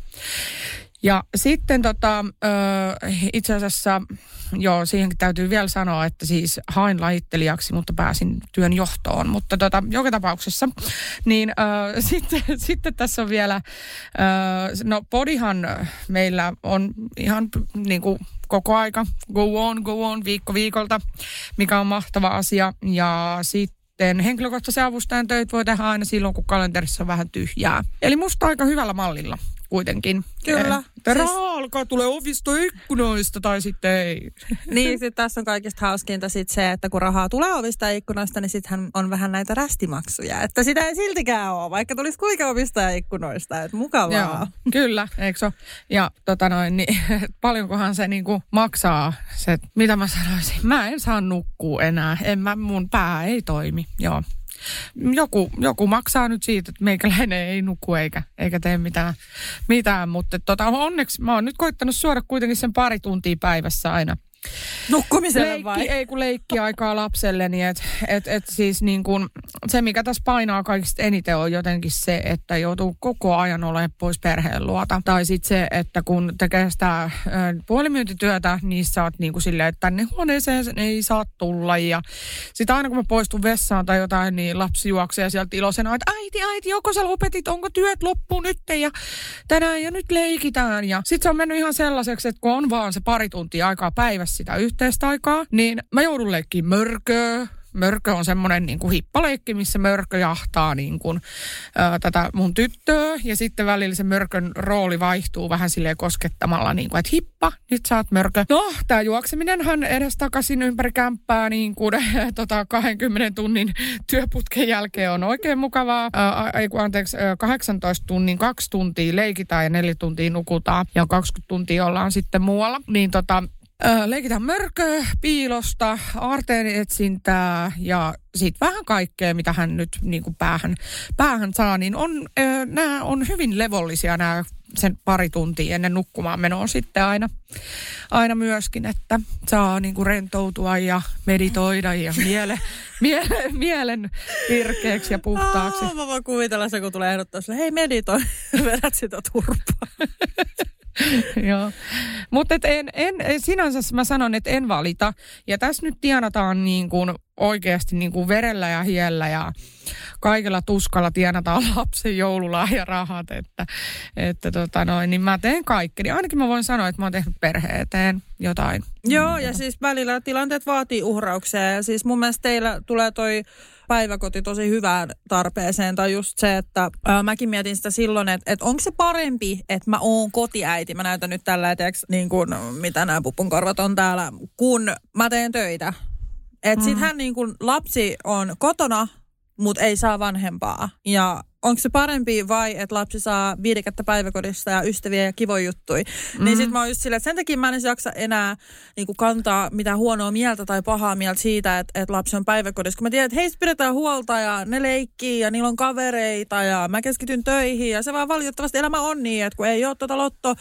Ja sitten tota, itse asiassa, joo, siihenkin täytyy vielä sanoa, että siis hain lajittelijaksi, mutta pääsin työn johtoon. Mutta tota, joka tapauksessa, niin ö, sitten, sitten tässä on vielä, ö, no podihan meillä on ihan niin kuin koko aika, go on, go on, viikko viikolta, mikä on mahtava asia. Ja sitten henkilökohtaisen avustajan töitä voi tehdä aina silloin, kun kalenterissa on vähän tyhjää. Eli musta aika hyvällä mallilla kuitenkin. Kyllä. Että rahaa siis... alkaa tulee ovista ikkunoista tai sitten ei. Niin, sitten tässä on kaikista hauskinta sit se, että kun rahaa tulee ovista ja ikkunoista, niin sittenhän on vähän näitä rästimaksuja. Että sitä ei siltikään ole, vaikka tulisi kuinka ovista ja ikkunoista. Että mukavaa. Joo, kyllä, eikö se ole? Ja tota noin, niin paljonkohan se niinku maksaa se, mitä mä sanoisin. Mä en saa nukkua enää. En mä, mun pää ei toimi, joo. Joku, joku maksaa nyt siitä, että meikäläinen ei nuku eikä, eikä tee mitään, mitään. Mutta tota, onneksi mä oon nyt koittanut suoda kuitenkin sen pari tuntia päivässä aina. Nukkumiselle leikki, vai? Ei kun leikki aikaa lapselleni, että et, et siis niin kun, se mikä tässä painaa kaikista eniten on jotenkin se, että joutuu koko ajan olemaan pois perheen luota. Tai sitten se, että kun tekee sitä äh, puhelinmyyntityötä, niin sä oot niin kuin silleen, että tänne huoneeseen ei saa tulla. Ja sitten aina kun mä poistun vessaan tai jotain, niin lapsi juoksee sieltä iloisena, että äiti, äiti, joko sä lopetit, onko työt loppuun nyt ja tänään ja nyt leikitään. Ja sitten se on mennyt ihan sellaiseksi, että kun on vaan se pari tuntia aikaa päivässä sitä yhteistä aikaa, niin mä joudun leikkiin mörköä. Mörkö on semmoinen niin kuin hippaleikki, missä mörkö jahtaa niin kuin, ää, tätä mun tyttöä. Ja sitten välillä se mörkön rooli vaihtuu vähän silleen koskettamalla, niin kuin, että hippa, nyt sä oot mörkö. No, tää juokseminenhan edestakaisin ympäri kämppää niin kuin tota, kahdenkymmenen tunnin työputken jälkeen on oikein mukavaa. Ää, ei kun anteeksi, kahdeksantoista tunnin kaksi tuntia leikitään ja neljä tuntia nukutaan. Ja kaksikymmentä tuntia ollaan sitten muualla. Niin tota... Leikitään mörköä, piilosta, aarteenetsintää ja sitten vähän kaikkea, mitä hän nyt niin kuin päähän, päähän saa, niin on, nämä on hyvin levollisia nämä sen pari tuntia ennen nukkumaan menoa sitten aina, aina myöskin, että saa niin kuin rentoutua ja meditoida ja miele, miele, mielen virkeäksi ja puhtaaksi. Oh, mä voin kuvitella se, kun tulee ehdottaa sille, hei meditoi, vedät sitä turpaa. Joo. Mutta en, en, sinänsä mä sanon, että en valita. Ja tässä nyt tienataan niin kuin oikeasti niin kuin verellä ja hiellä ja kaikella tuskalla tienataan lapsen joululahjarahat, että, että tota noin, niin mä teen kaikki. Niin ainakin mä voin sanoa, että mä oon tehnyt perheen eteen jotain. Joo, ja siis välillä tilanteet vaatii uhrauksia. Ja siis mun mielestä teillä tulee toi päiväkoti tosi hyvään tarpeeseen. Tai just se, että ää, mäkin mietin sitä silloin, että, että onko se parempi, että mä oon kotiäiti. Mä näytän nyt tällä eteen, niin kuin mitä nämä pupunkorvat on täällä, kun mä teen töitä. Että mm. sittenhän niin kuin lapsi on kotona, mutta ei saa vanhempaa. Ja onko se parempi vai, että lapsi saa viidekettä päiväkodista ja ystäviä ja kivoja juttuja. Mm. Niin sit mä oon just silleen, että sen takia mä en jaksa enää niin kuin kantaa mitään huonoa mieltä tai pahaa mieltä siitä, että, että lapsi on päiväkodissa. Kun mä tiedän, että heistä pidetään huolta ja ne leikkii ja niillä on kavereita ja mä keskityn töihin. Ja se vaan valitettavasti elämä on niin, että kun ei ole tuota lotto...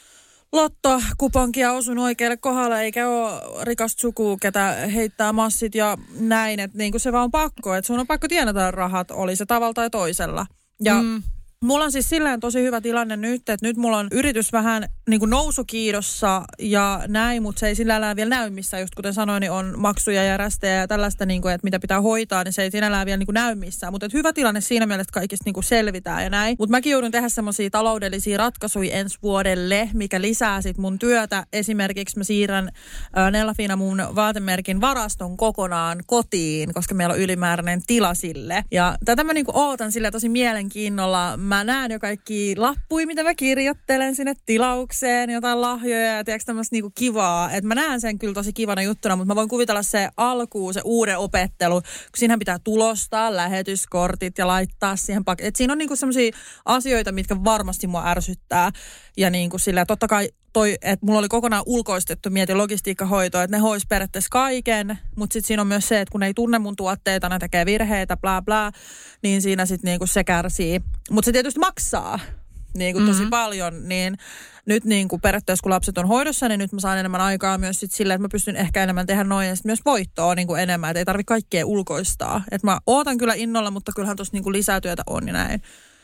lottokuponkia osunut oikealle kohdalle, eikä ole rikasta sukua, ketä heittää massit ja näin. Että niin kuin se vaan on pakko, että sun on pakko tienata rahat, oli se tavalla tai toisella. Ja mm. mulla on siis silleen tosi hyvä tilanne nyt, että nyt mulla on yritys vähän niin kuin nousukiidossa ja näin, mutta se ei sinällään vielä näy missään. Just kuten sanoin, niin on maksuja ja rästejä ja tällaista, niin kuin, että mitä pitää hoitaa, niin se ei sinällään vielä niin kuin näy missään. Mutta hyvä tilanne siinä mielessä, että kaikista niin kuin selvitään ja näin. Mutta mäkin joudun tehdä semmoisia taloudellisia ratkaisuja ensi vuodelle, mikä lisää sit mun työtä. Esimerkiksi mä siirrän äh, Nellafina mun vaatemerkin varaston kokonaan kotiin, koska meillä on ylimääräinen tila sille. Ja tätä mä niin kuin ootan sille tosi mielenkiinnolla. Mä näen jo kaikki lappuja, mitä mä kirjoittelen sinne tilaukseen, jotain lahjoja ja tiedätkö tämmöistä niinku kivaa. Että mä näen sen kyllä tosi kivana juttuna, mutta mä voin kuvitella se alkuun, se uuden opettelu, kun siinähän pitää tulostaa lähetyskortit ja laittaa siihen pakettiin. Että siinä on niinku semmoisia asioita, mitkä varmasti mua ärsyttää. Ja niinku sillä totta kai toi, että mulla oli kokonaan ulkoistettu mieti logistiikkahoitoa, että ne hois periaatteessa kaiken, mutta sitten siinä on myös se, että kun ne ei tunne mun tuotteita, ne tekee virheitä, bla bla, niin siinä sitten niinku se kärsii. Mutta se tietysti maksaa niinku tosi mm-hmm. paljon, niin nyt niinku periaatteessa kun lapset on hoidossa, niin nyt mä saan enemmän aikaa myös sit silleen, että mä pystyn ehkä enemmän tehdä noin ja myös voittoa niinku enemmän, että ei tarvitse kaikkea ulkoistaa. Että mä ootan kyllä innolla, mutta kyllähän tuossa niinku lisätyötä on ja näin.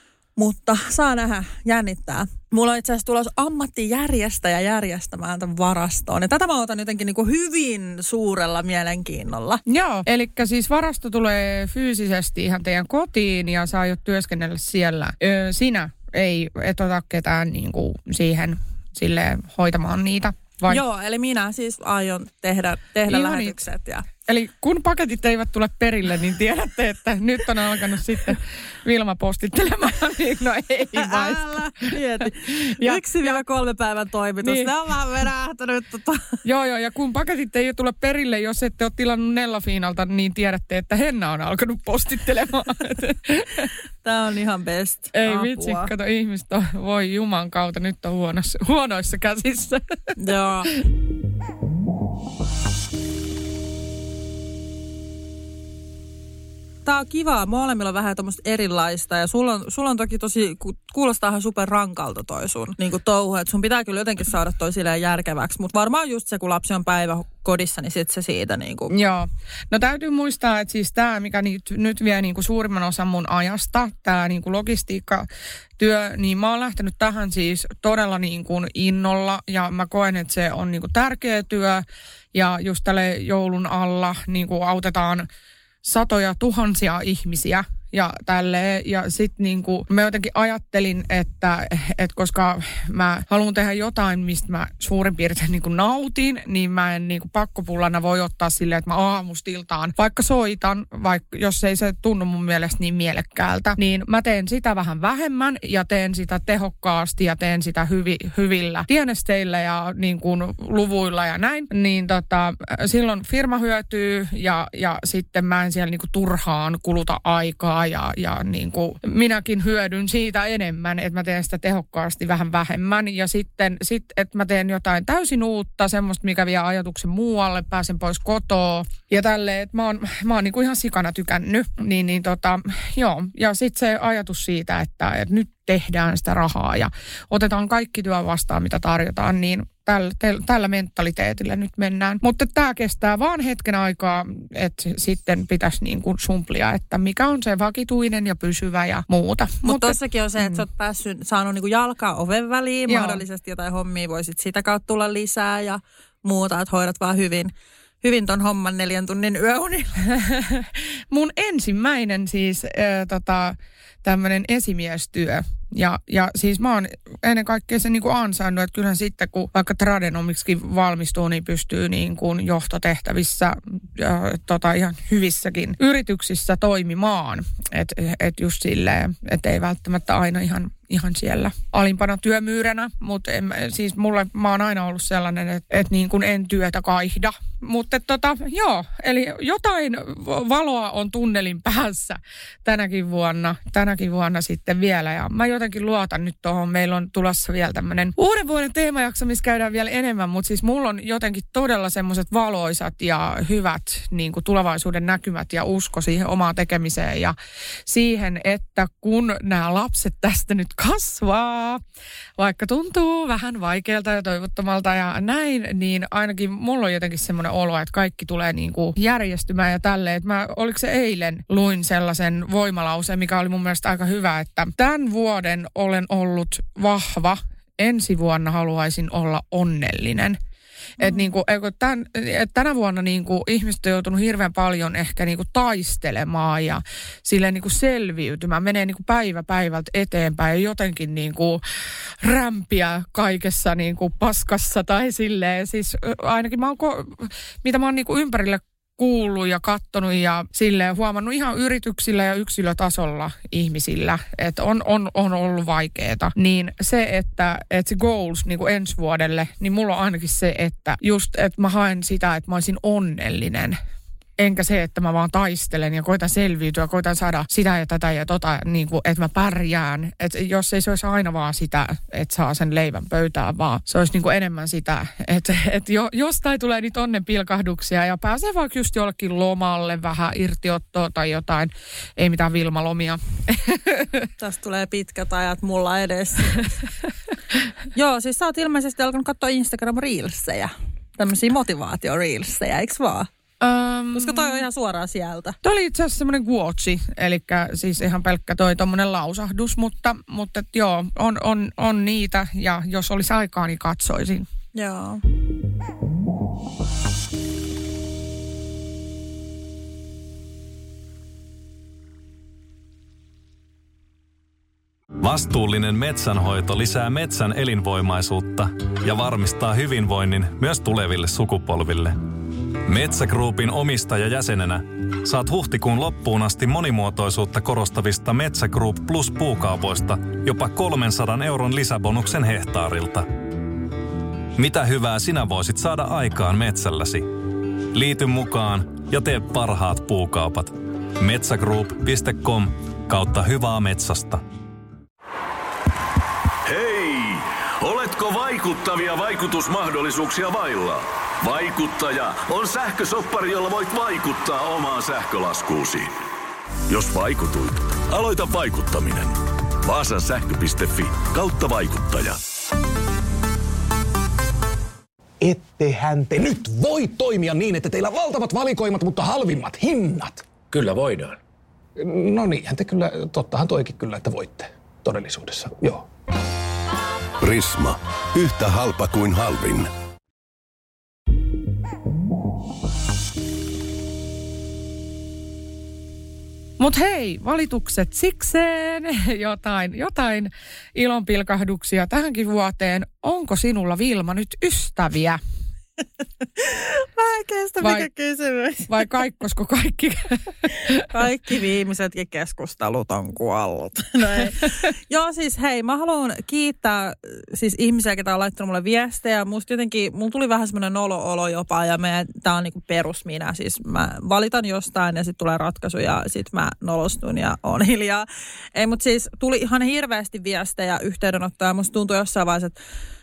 Mutta saa nähdä, jännittää. Mulla on itse asiassa tulossa ammattijärjestäjä järjestämään tämän varastoon. Ja tätä mä otan jotenkin niin kuin hyvin suurella mielenkiinnolla. Joo, eli siis varasto tulee fyysisesti ihan teidän kotiin ja saa jo työskennellä siellä. Öö, sinä ei et ota ketään niin kuin siihen silleen hoitamaan niitä. Vai? Joo, eli minä siis aion tehdä, tehdä lähetykset. Ja... Eli kun paketit eivät tule perille, niin tiedätte, että nyt on alkanut sitten Vilma postittelemaan, niin no ei vaista. Älä mieti. Yksi vielä kolme päivän toimitus. Niin. Ne on vähän venähtänyt. Tota. Joo, joo, ja kun paketit ei tule perille, jos ette ole tilannut Nellafinalta, niin tiedätte, että Henna on alkanut postittelemaan. Tämä on ihan best. Ei apua. Vitsi, kato ihmistä, voi juman kautta, nyt on huonoissa, huonoissa käsissä. Joo. Tää on kivaa. Molemmilla on vähän tommoista erilaista ja sulla on, sulla on toki tosi, kuulostaa ihan super rankalta toi sun niin kuin touhu, että sun pitää kyllä jotenkin saada toi silleen järkeväksi, mutta varmaan just se, kun lapsi on päiväkodissa, niin sit se siitä niin kuin. Joo. No täytyy muistaa, että siis tää, mikä nyt, nyt vie niin kuin suurimman osan mun ajasta, tää niin kuin logistiikkatyö, niin mä oon lähtenyt tähän siis todella niin kuin innolla ja mä koen, että se on niin kuin tärkeä työ ja just tälle joulun alla niin kuin autetaan satoja tuhansia ihmisiä ja tälleen. Ja sitten niinku mä jotenkin ajattelin, että, että koska mä haluan tehdä jotain, mistä mä suurin piirtein niinku nautin, niin mä en niinku pakkopullana voi ottaa silleen, että mä aamustiltaan vaikka soitan, vaikka jos ei se tunnu mun mielestä niin mielekkäältä, niin mä teen sitä vähän vähemmän ja teen sitä tehokkaasti ja teen sitä hyvi, hyvillä tienesteillä ja niin kuin luvuilla ja näin. Niin tota, silloin firma hyötyy ja, ja sitten mä en siellä niinku turhaan kuluta aikaa ja, ja niin kuin minäkin hyödyn siitä enemmän, että mä teen sitä tehokkaasti vähän vähemmän. Ja sitten, sit, että mä teen jotain täysin uutta, semmoista, mikä vie ajatuksen muualle, pääsen pois kotoa. Ja tälleen, että mä oon, mä oon niin kuin ihan sikana tykännyt. Niin, niin tota, joo. Ja sitten se ajatus siitä, että, että nyt tehdään sitä rahaa ja otetaan kaikki työ vastaan, mitä tarjotaan, niin tällä, tällä mentaliteetillä nyt mennään. Mutta tämä kestää vaan hetken aikaa, että sitten pitäisi niin kuin sumplia, että mikä on se vakituinen ja pysyvä ja muuta. Mutta Mut tossakin on se, että mm. sä oot päässyt, saanut niin kuin jalkaa oven väliin, Joo. mahdollisesti jotain hommia voisit sitä kautta tulla lisää ja muuta, että hoidat vaan hyvin. Hyvin ton homman neljän tunnin yöunilla. Mun ensimmäinen siis äh, tota, tämmöinen esimiestyö. Ja, ja siis mä oon ennen kaikkea sen niin kuin ansainnut, että kyllähän sitten kun vaikka tradenomiksikin valmistuu, niin pystyy niin kuin johtotehtävissä ja, tota, ihan hyvissäkin yrityksissä toimimaan. Että et just silleen, että ei välttämättä aina ihan, ihan siellä alimpana työmyyränä, mutta siis mulle mä oon aina ollut sellainen, että et niin kuin en työtä kaihda. Mutta tota, joo, eli jotain valoa on tunnelin päässä tänäkin vuonna, tänäkin vuonna sitten vielä. Ja mä jotenkin luotan nyt tuohon. Meillä on tulossa vielä tämmöinen uuden vuoden teemajakso, missä käydään vielä enemmän, mutta siis mulla on jotenkin todella semmoiset valoisat ja hyvät niin kuin tulevaisuuden näkymät ja usko siihen omaan tekemiseen ja siihen, että kun nämä lapset tästä nyt kasvaa, vaikka tuntuu vähän vaikealta ja toivottomalta ja näin, niin ainakin mulla on jotenkin semmoinen olo, että kaikki tulee niin kuin järjestymään ja tälleen. Että mä, oliko se eilen, luin sellaisen voimalauseen, mikä oli mun mielestä aika hyvä, että tämän vuoden olen ollut vahva, ensi vuonna haluaisin olla onnellinen. Mm. Että niinku, tämän, et tänä vuonna niinku ihmiset on joutunut hirveän paljon ehkä niinku taistelemaan ja silleen niinku selviytymään. Menee niinku päivä päivältä eteenpäin ja jotenkin niinku rämpiä kaikessa niinku paskassa tai silleen. Siis ainakin mä oon, mitä mä oon niinku ympärille kuullut ja kattonut ja silleen huomannut ihan yrityksillä ja yksilötasolla ihmisillä, että on, on, on ollut vaikeeta. Niin se, että, että se goals niin kuin ensi vuodelle, niin mulla on ainakin se, että just, että mä haen sitä, että mä olisin onnellinen. Enkä se, että mä vaan taistelen ja koitan selviytyä, koitan saada sitä ja tätä ja tota, niin kuin, että mä pärjään. Että jos ei se olisi aina vaan sitä, että saa sen leivän pöytään, vaan se olisi niin kuin enemmän sitä, että, että jo, jostain tulee niitä onnenpilkahduksia ja pääsee vaikka just jollekin lomalle vähän irtiottoa tai jotain. Ei mitään Vilma-lomia. Tästä tulee pitkät ajat mulla edessä. Joo, siis sä oot ilmeisesti alkanut katsoa Instagram-reelsejä. Tämmöisiä motivaatio-reelsejä, eikö vaan? Um, Koska toi on ihan suoraan sieltä. Toi oli itse asiassa semmoinen guochi, eli siis ihan pelkkä toi tommonen lausahdus, mutta, mutta et joo, on, on, on niitä ja jos olisi aikaa, niin katsoisin. Joo. Vastuullinen metsänhoito lisää metsän elinvoimaisuutta ja varmistaa hyvinvoinnin myös tuleville sukupolville. Metsä Groupin omistajajäsenenä saat huhtikuun loppuun asti monimuotoisuutta korostavista Metsä Group Plus puukaupoista jopa kolmensadan euron lisäbonuksen hehtaarilta. Mitä hyvää sinä voisit saada aikaan metsälläsi? Liity mukaan ja tee parhaat puukaupat. metsägroup piste com kautta hyvää metsästä. Hei! Oletko vaikuttavia vaikutusmahdollisuuksia vailla? Vaikuttaja on sähkösoppari, jolla voit vaikuttaa omaan sähkölaskuusi. Jos vaikutuit, aloita vaikuttaminen. Vaasan sähkö piste fi kautta vaikuttaja. Ettehän te nyt voi toimia niin, että teillä on valtavat valikoimat, mutta halvimmat hinnat. Kyllä voidaan. No niinhän te kyllä, tottahan toikin kyllä, että voitte todellisuudessa, joo. Prisma. Yhtä halpa kuin halvin. Mut hei, valitukset sikseen, jotain, jotain ilonpilkahduksia tähänkin vuoteen. Onko sinulla, Vilma, nyt ystäviä? Mä en kestä, vai, mikä kysymys. Vai kaikkosko kaikki? Kaikki viimeisetkin keskustelut on kuollut. No ei. Joo, siis hei, mä haluan kiittää siis ihmisiä, ketä on laittanut mulle viestejä. Musta jotenkin, mulla tuli vähän semmoinen olo-olo jopa ja meidän, tää on niinku perus minä. Siis mä valitan jostain ja sit tulee ratkaisu ja sit mä nolostun ja on hiljaa. Ei, mut siis tuli ihan hirveästi viestejä, yhteydenottoja. Musta tuntuu jossain vaiheessa, että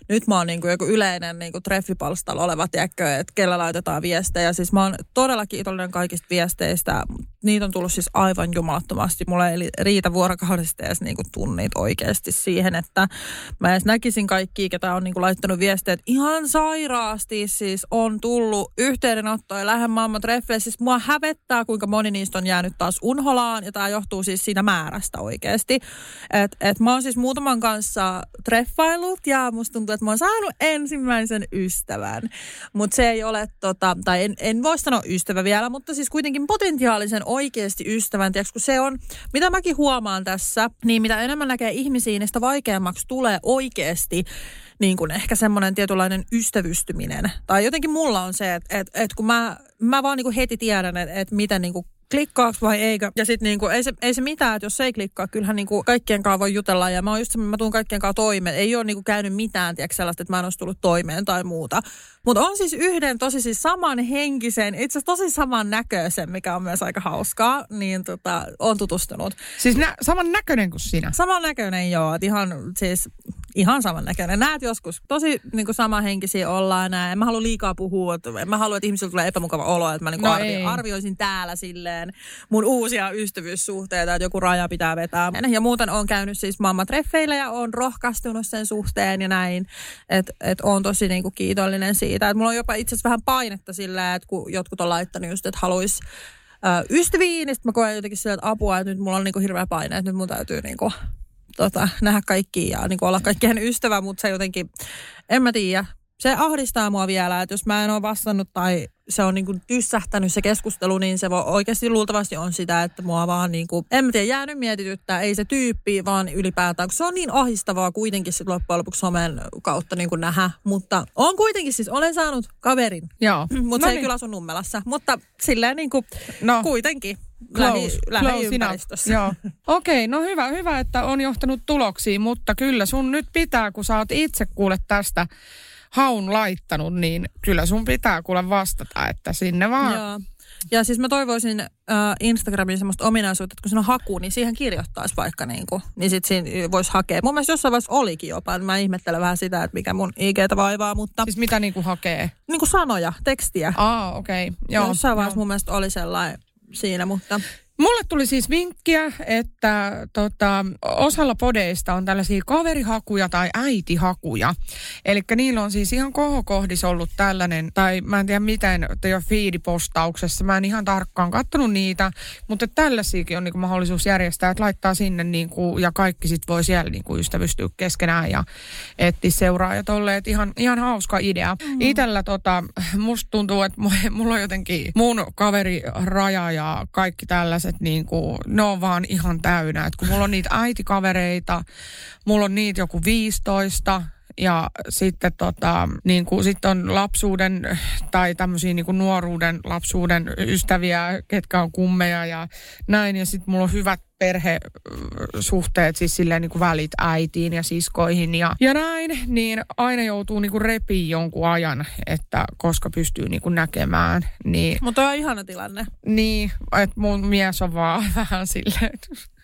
nyt mä oon niinku joku yleinen niinku treffipalstalla oleva, tiedätkö, että kellä laitetaan viestejä. Siis mä oon todella kiitollinen kaikista viesteistä. Niitä on tullut siis aivan jumalattomasti. Mulla ei riitä vuorokaudesta edes niinku tunnit oikeasti siihen, että mä edes näkisin kaikkia, ketä on niinku laittanut viestejä. Ihan sairaasti siis on tullut yhteydenottoja lähden maailman treffeille. Siis mua hävettää, kuinka moni niistä on jäänyt taas unholaan. Ja tää johtuu siis siitä määrästä oikeasti. Et, et mä oon siis muutaman kanssa treffailut ja musta tuntuu, että mä oon saanut ensimmäisen ystävän. Mutta se ei ole, tota, tai en, en voi sanoa ystävä vielä, mutta siis kuitenkin potentiaalisen oikeasti ystävän. Tiedätkö, kun se on, mitä mäkin huomaan tässä, niin mitä enemmän näkee ihmisiä, niin sitä vaikeammaksi tulee oikeasti niin kuin ehkä semmoinen tietynlainen ystävystyminen. Tai jotenkin mulla on se, että, että, että kun mä, mä vaan niin kuin heti tiedän, että, että miten niin kuin klikkaaks vai eikö. Ja sitten niinku, ei, se, ei se mitään, että jos se ei klikkaa, kyllähän niinku kaikkien kanssa voi jutella. Ja mä oon just semmoinen, mä tuun kaikkien kanssa toimeen. Ei ole niinku käynyt mitään, tiedätkö, sellaista, että mä en olisi tullut toimeen tai muuta. Mutta on siis yhden tosi siis samanhenkisen, itse asiassa tosi saman näköisen, mikä on myös aika hauskaa, niin tota, on tutustunut. Siis nä- saman näköinen kuin sinä? Saman näköinen, joo. Ihan siis... Ihan samannäköinen. Näet joskus. Tosi niin kuin samanhenkisiä ollaan näin. En mä halua liikaa puhua. En mä halua, että ihmisillä tulee epämukava olo. Että mä niin kuin no arvio, arvioisin täällä silleen mun uusia ystävyyssuhteita, että joku raja pitää vetää. Ja muuten on käynyt siis mammatreffeillä ja on rohkaistunut sen suhteen ja näin. Että et on tosi niin kuin kiitollinen siitä. Että mulla on jopa itse asiassa vähän painetta silleen, että kun jotkut on laittanut just, että haluaisi äh, ystäviin, niin sitten mä koen jotenkin sillä, että apua, että nyt mulla on niin kuin hirveä paine, että nyt mun täytyy niin kuin Tota, nähdä kaikkia ja niin kuin olla kaikkien ystävä, mutta se jotenkin, en mä tiedä. Se ahdistaa mua vielä, että jos mä en ole vastannut tai se on niin kuin tyssähtänyt se keskustelu, niin se voi, oikeasti luultavasti on sitä, että mua vaan niin kuin, en mä tiedä, jäänyt mietityttää, ei se tyyppi, vaan ylipäätään, kun se on niin ahdistavaa kuitenkin sit loppujen lopuksi somen kautta niin kuin nähdä, mutta on kuitenkin siis, olen saanut kaverin, joo, mutta no se ei niin. kyllä asu Nummelassa, mutta silleen niin kuin no. kuitenkin. Close, lähi, close lähiympäristössä. Joo. Okei, okay, no hyvä, hyvä, että on johtanut tuloksiin, mutta kyllä sun nyt pitää, kun sä oot itse kuule tästä haun laittanut, niin kyllä sun pitää kuule vastata, että sinne vaan. Joo. Ja siis mä toivoisin äh, Instagramiin semmoista ominaisuutta, että kun siinä on haku, niin siihen kirjoittaisi vaikka niin kuin, niin sit siinä voisi hakea. Mun mielestä jossain vaiheessa olikin jopa, mä ihmettelen vähän sitä, että mikä mun I G:tä vaivaa, mutta... Siis mitä niin kuin hakee? Niin kuin sanoja, tekstiä. Aa, okei. Okay. Joo. Jossain vaiheessa joo. mun mielestä oli sellainen siinä, mutta... Mulle tuli siis vinkkiä, että tota, osalla podeista on tällaisia kaverihakuja tai äitihakuja. Eli niillä on siis ihan kohokohdissa ollut tällainen, tai mä en tiedä miten jo feedipostauksessa, mä en ihan tarkkaan katsonut niitä, mutta tällaisiakin on niinku mahdollisuus järjestää, että laittaa sinne niinku, ja kaikki sit voi siellä niinku ystävystyä keskenään ja etsiä seuraajat olleet. Ihan, ihan hauska idea. Mm. Itellä tota, musta tuntuu, että mulla on jotenkin mun kaveriraja ja kaikki tällaiset. Että niinku, ne on vaan ihan täynnä. Et kun mulla on niitä äitikavereita, mulla on niitä joku viisitoista ja sitten tota, niinku, sit on lapsuuden tai tämmöisiä niinku nuoruuden, lapsuuden ystäviä, ketkä on kummeja ja näin. Ja sitten mulla on hyvät perhesuhteet, siis silleen niinku välit äitiin ja siskoihin ja, ja näin. Niin aina joutuu niinku repiin jonkun ajan, että koska pystyy niinku näkemään. Niin, mutta on ihana tilanne. Niin, että mun mies on vaan vähän silleen,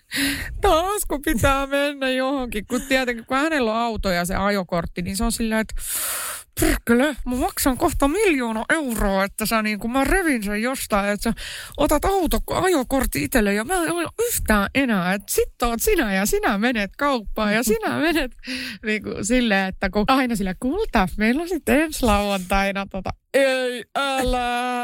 taas kun pitää mennä johonkin. Kun tietenkin, kun hänellä on auto ja se ajokortti, niin se on silleen, että perkele, mä maksan kohta miljoona euroa, että sä niin kuin mä revin sen jostain, että sä otat auto, ajokortti itselle ja mä en ole yhtään enää, että sit oot sinä ja sinä menet kauppaan ja sinä menet niin kuin silleen, että kun aina sillä kulta, meillä on sitten ensi lauantaina tota, ei, älä,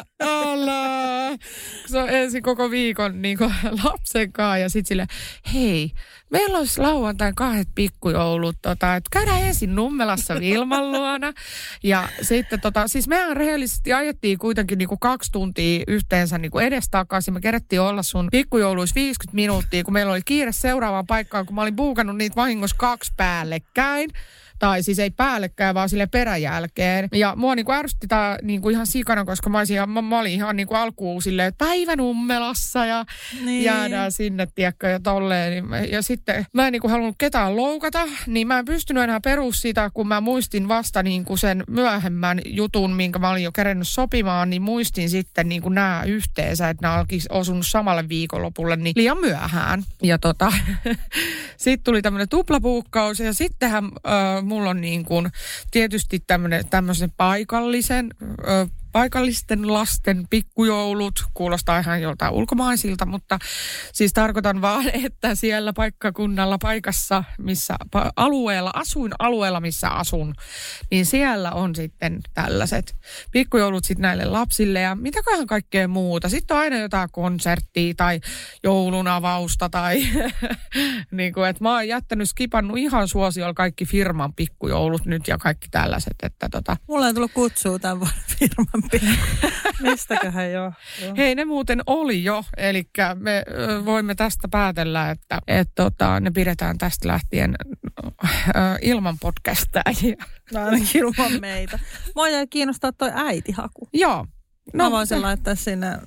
älä. Se on ensin koko viikon niin kuin lapsen kanssa ja sit silleen, hei, meillä olisi lauantain kahdet pikkujoulut, tota, että käydään ensin Nummelassa Vilman luona. Ja sitten tota, siis mehän rehellisesti ajettiin kuitenkin niinku kaksi tuntia yhteensä niinku edestakaisin. Me kerättiin olla sun pikkujouluissa viisikymmentä minuuttia, kun meillä oli kiire seuraavaan paikkaan, kun mä olin buukannut niitä vahingossa kaksi päällekkäin. Tai siis ei päällekkäin, vaan sille peräjälkeen. Ja mua niinku ärsytti tää niinku ihan sikana, koska mä, olisin, mä, mä olin ihan niinku alkuun silleen, että päivä Nummelassa ja niin. Jäädään sinne, tiedätkö, ja tolleen. Ja sitten mä en niinku halunnut ketään loukata, niin mä en pystynyt enää perua sitä, kun mä muistin vasta niinku sen myöhemmän jutun, minkä mä olin jo kerennyt sopimaan, niin muistin sitten niinku nämä yhteensä, että nämä olikin osunut samalle viikonlopulle niin liian myöhään. Ja tota, sitten tuli tämmöinen tuplapuukkaus ja sittenhän äh, mulla on niin kuin tietysti tämmöisen paikallisen, ö, paikallisten lasten pikkujoulut, kuulostaa ihan joltain ulkomaisilta, mutta siis tarkoitan vaan, että siellä paikkakunnalla, paikassa, missä alueella, asuinalueella, missä asun, niin siellä on sitten tällaiset pikkujoulut sitten näille lapsille ja mitäköhän kaikkea muuta. Sitten on aina jotain konserttia tai joulunavausta tai niin kuin, että mä oon jättänyt, skipannut ihan suosiolla kaikki firman pikkujoulut nyt ja kaikki tällaiset, että tota. Mulla on tullut kutsua tämän vuoden firman. Mistäköhän jo? jo? Hei, ne muuten oli jo, eli me voimme tästä päätellä, että et, tota, ne pidetään tästä lähtien äh, ilman podcastajia. No ainakin ilman meitä. Mua jäi kiinnostaa toi äitihaku. Joo. No, mä voisin laittaa sinne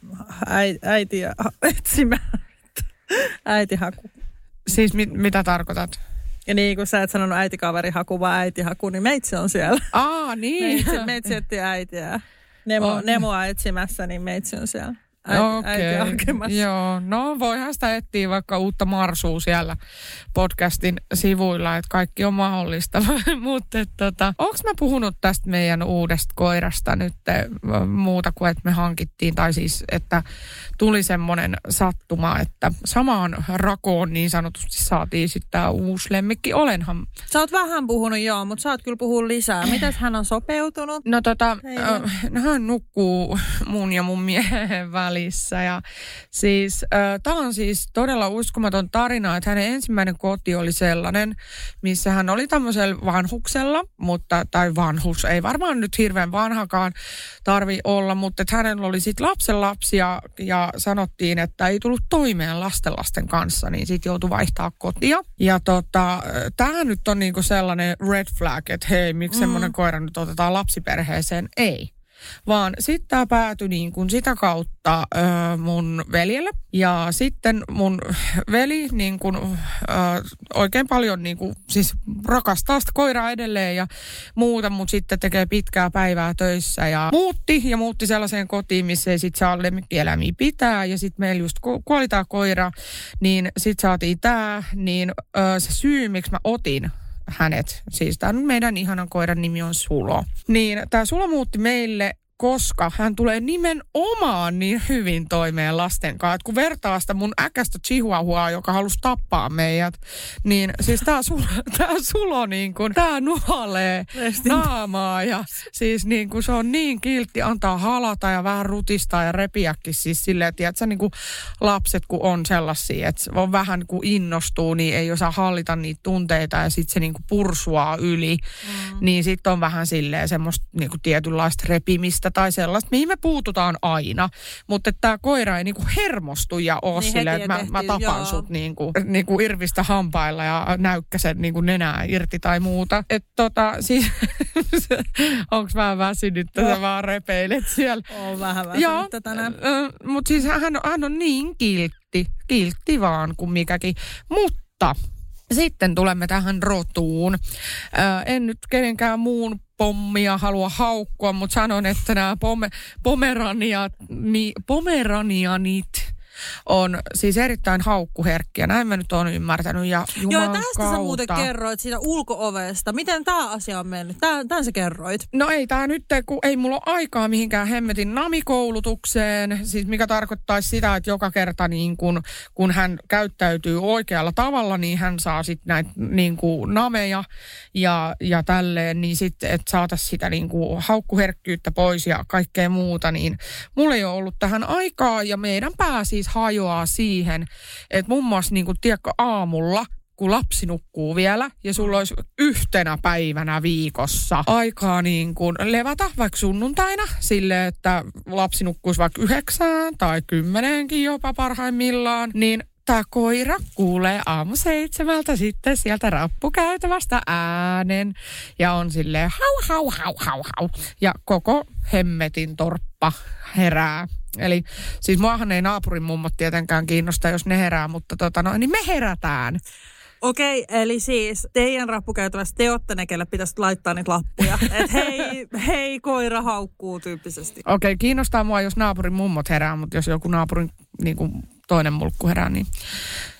äitiä etsimään. Äitihaku. Siis mit, mitä tarkoitat? Ja niin kuin sä et sanonut äitikaverihaku, vaan äitihaku, niin meitsi on siellä. Aa, niin. Meitsi, meitsi etti äitiä. Nemo, oh. Nemoa etsimässä, niin meitsi on siellä. Äiti, Okei, okay. Joo. No voihan sitä etsiä vaikka uutta Marsua siellä podcastin sivuilla, että kaikki on mahdollista. Mutta tota, onko mä puhunut tästä meidän uudesta koirasta nyt muuta kuin, että me hankittiin, tai siis, että tuli semmoinen sattuma, että samaan rakoon niin sanotusti saatiin sitten tämä uusi lemmikki. Olenhan. Sä oot vähän puhunut, joo, mutta sä oot kyllä puhunut lisää. Mitäs hän on sopeutunut? No tota, äh, hän nukkuu mun ja mun miehen väliin. Ja siis äh, tämä on siis todella uskomaton tarina, että hänen ensimmäinen koti oli sellainen, missä hän oli tämmöisellä vanhuksella, mutta, tai vanhus, ei varmaan nyt hirveän vanhakaan tarvi olla, mutta että hänellä oli sitten lapsenlapsia ja sanottiin, että ei tullut toimeen lastenlasten kanssa, niin sitten joutui vaihtaa kotia. Ja tota, tämä nyt on niinku sellainen red flag, että hei, miksi mm. semmoinen koira nyt otetaan lapsiperheeseen? Ei. Vaan sitten tämä päätyi niin kuin sitä kautta ö, mun veljelle. Ja sitten mun veli niin kuin, ö, oikein paljon niin kuin, siis rakastaa sitä koiraa edelleen ja muuta, mutta sitten tekee pitkää päivää töissä. Ja muutti ja muutti sellaiseen kotiin, missä ei sitten saa lemmikkieläimiä pitää. Ja sitten meillä just kuoli tämä koira, niin sitten saatiin tämä. Niin ö, se syy, miksi mä otin hänet, siis tämän meidän ihanan koiran nimi on Sulo. Niin tämä Sulo muutti meille, koska hän tulee nimenomaan niin hyvin toimeen lasten kanssa. Et kun vertaa sitä mun äkästä chihuahuaa, joka halusi tappaa meidät, niin siis tää Sulo, tää Sulo niin kuin, tää nuolee naamaa ja siis niin kuin se on niin kiltti, antaa halata ja vähän rutistaa ja repiäkin siis silleen, että niin kuin lapset kun on sellaisia, että on vähän kun innostuu, niin ei osaa hallita niitä tunteita ja sitten se niin kuin pursuaa yli, mm. niin sitten on vähän silleen semmoista niin kuin tietynlaista repimistä tai sellaista, mihin me puututaan aina. Mutta tämä koira ei niinku hermostu ja ole niin silleen, että mä, mä tapan joo. sut niinku, niinku irvistä hampailla ja näykkäsen niinku nenää irti tai muuta. Että tota, siis onks vähän väsynyt, että sä vaan repeilet siellä? On vähän väsynyt tänään. Mutta siis hän, hän on niin kiltti, kiltti vaan kuin mikäkin. Mutta sitten tulemme tähän rotuun. Ää, en nyt kenenkään muun pommia halua haukkua, mutta sanon, että nämä pome, pomerania, ni, pomeranianit on siis erittäin haukkuherkkiä. Näin mä nyt oon ymmärtänyt. Ja Joo, tästä kautta sä muuten kerroit siitä ulko-ovesta. Miten tämä asia on mennyt? Tämän sä kerroit. No ei tämä nyt, kun ei mulla ole aikaa mihinkään hemmetin namikoulutukseen. Siis mikä tarkoittaisi sitä, että joka kerta niin kun, kun hän käyttäytyy oikealla tavalla, niin hän saa sitten näitä niin kuin nameja ja, ja tälleen. Niin sitten, että saataisiin sitä niin kuin haukkuherkkyyttä pois ja kaikkea muuta. Niin mulla ei ole ollut tähän aikaa ja meidän pää siis hajoaa siihen, että muun muassa niin kuin, tiedätkö, aamulla, kun lapsi nukkuu vielä ja sulla olisi yhtenä päivänä viikossa aikaa niin kuin levätä vaikka sunnuntaina silleen, että lapsi nukkuisi vaikka yhdeksään tai kymmeneenkin jopa parhaimmillaan, niin tämä koira kuulee aamu seitsemältä sitten sieltä rappukäytävästä äänen ja on silleen hau, hau, hau, hau, hau. Ja koko hemmetin torppa herää. Eli siis muahan ei naapurin mummot tietenkään kiinnosta, jos ne herää, mutta tota no, niin me herätään. Okei, eli siis teidän rappukäytävässä te ootte ne, kelle pitäisi laittaa niitä lappuja. Että hei, hei, koira haukkuu tyyppisesti. Okei, kiinnostaa mua, jos naapurin mummot herää, mutta jos joku naapurin niin kuin toinen mulkku herää, niin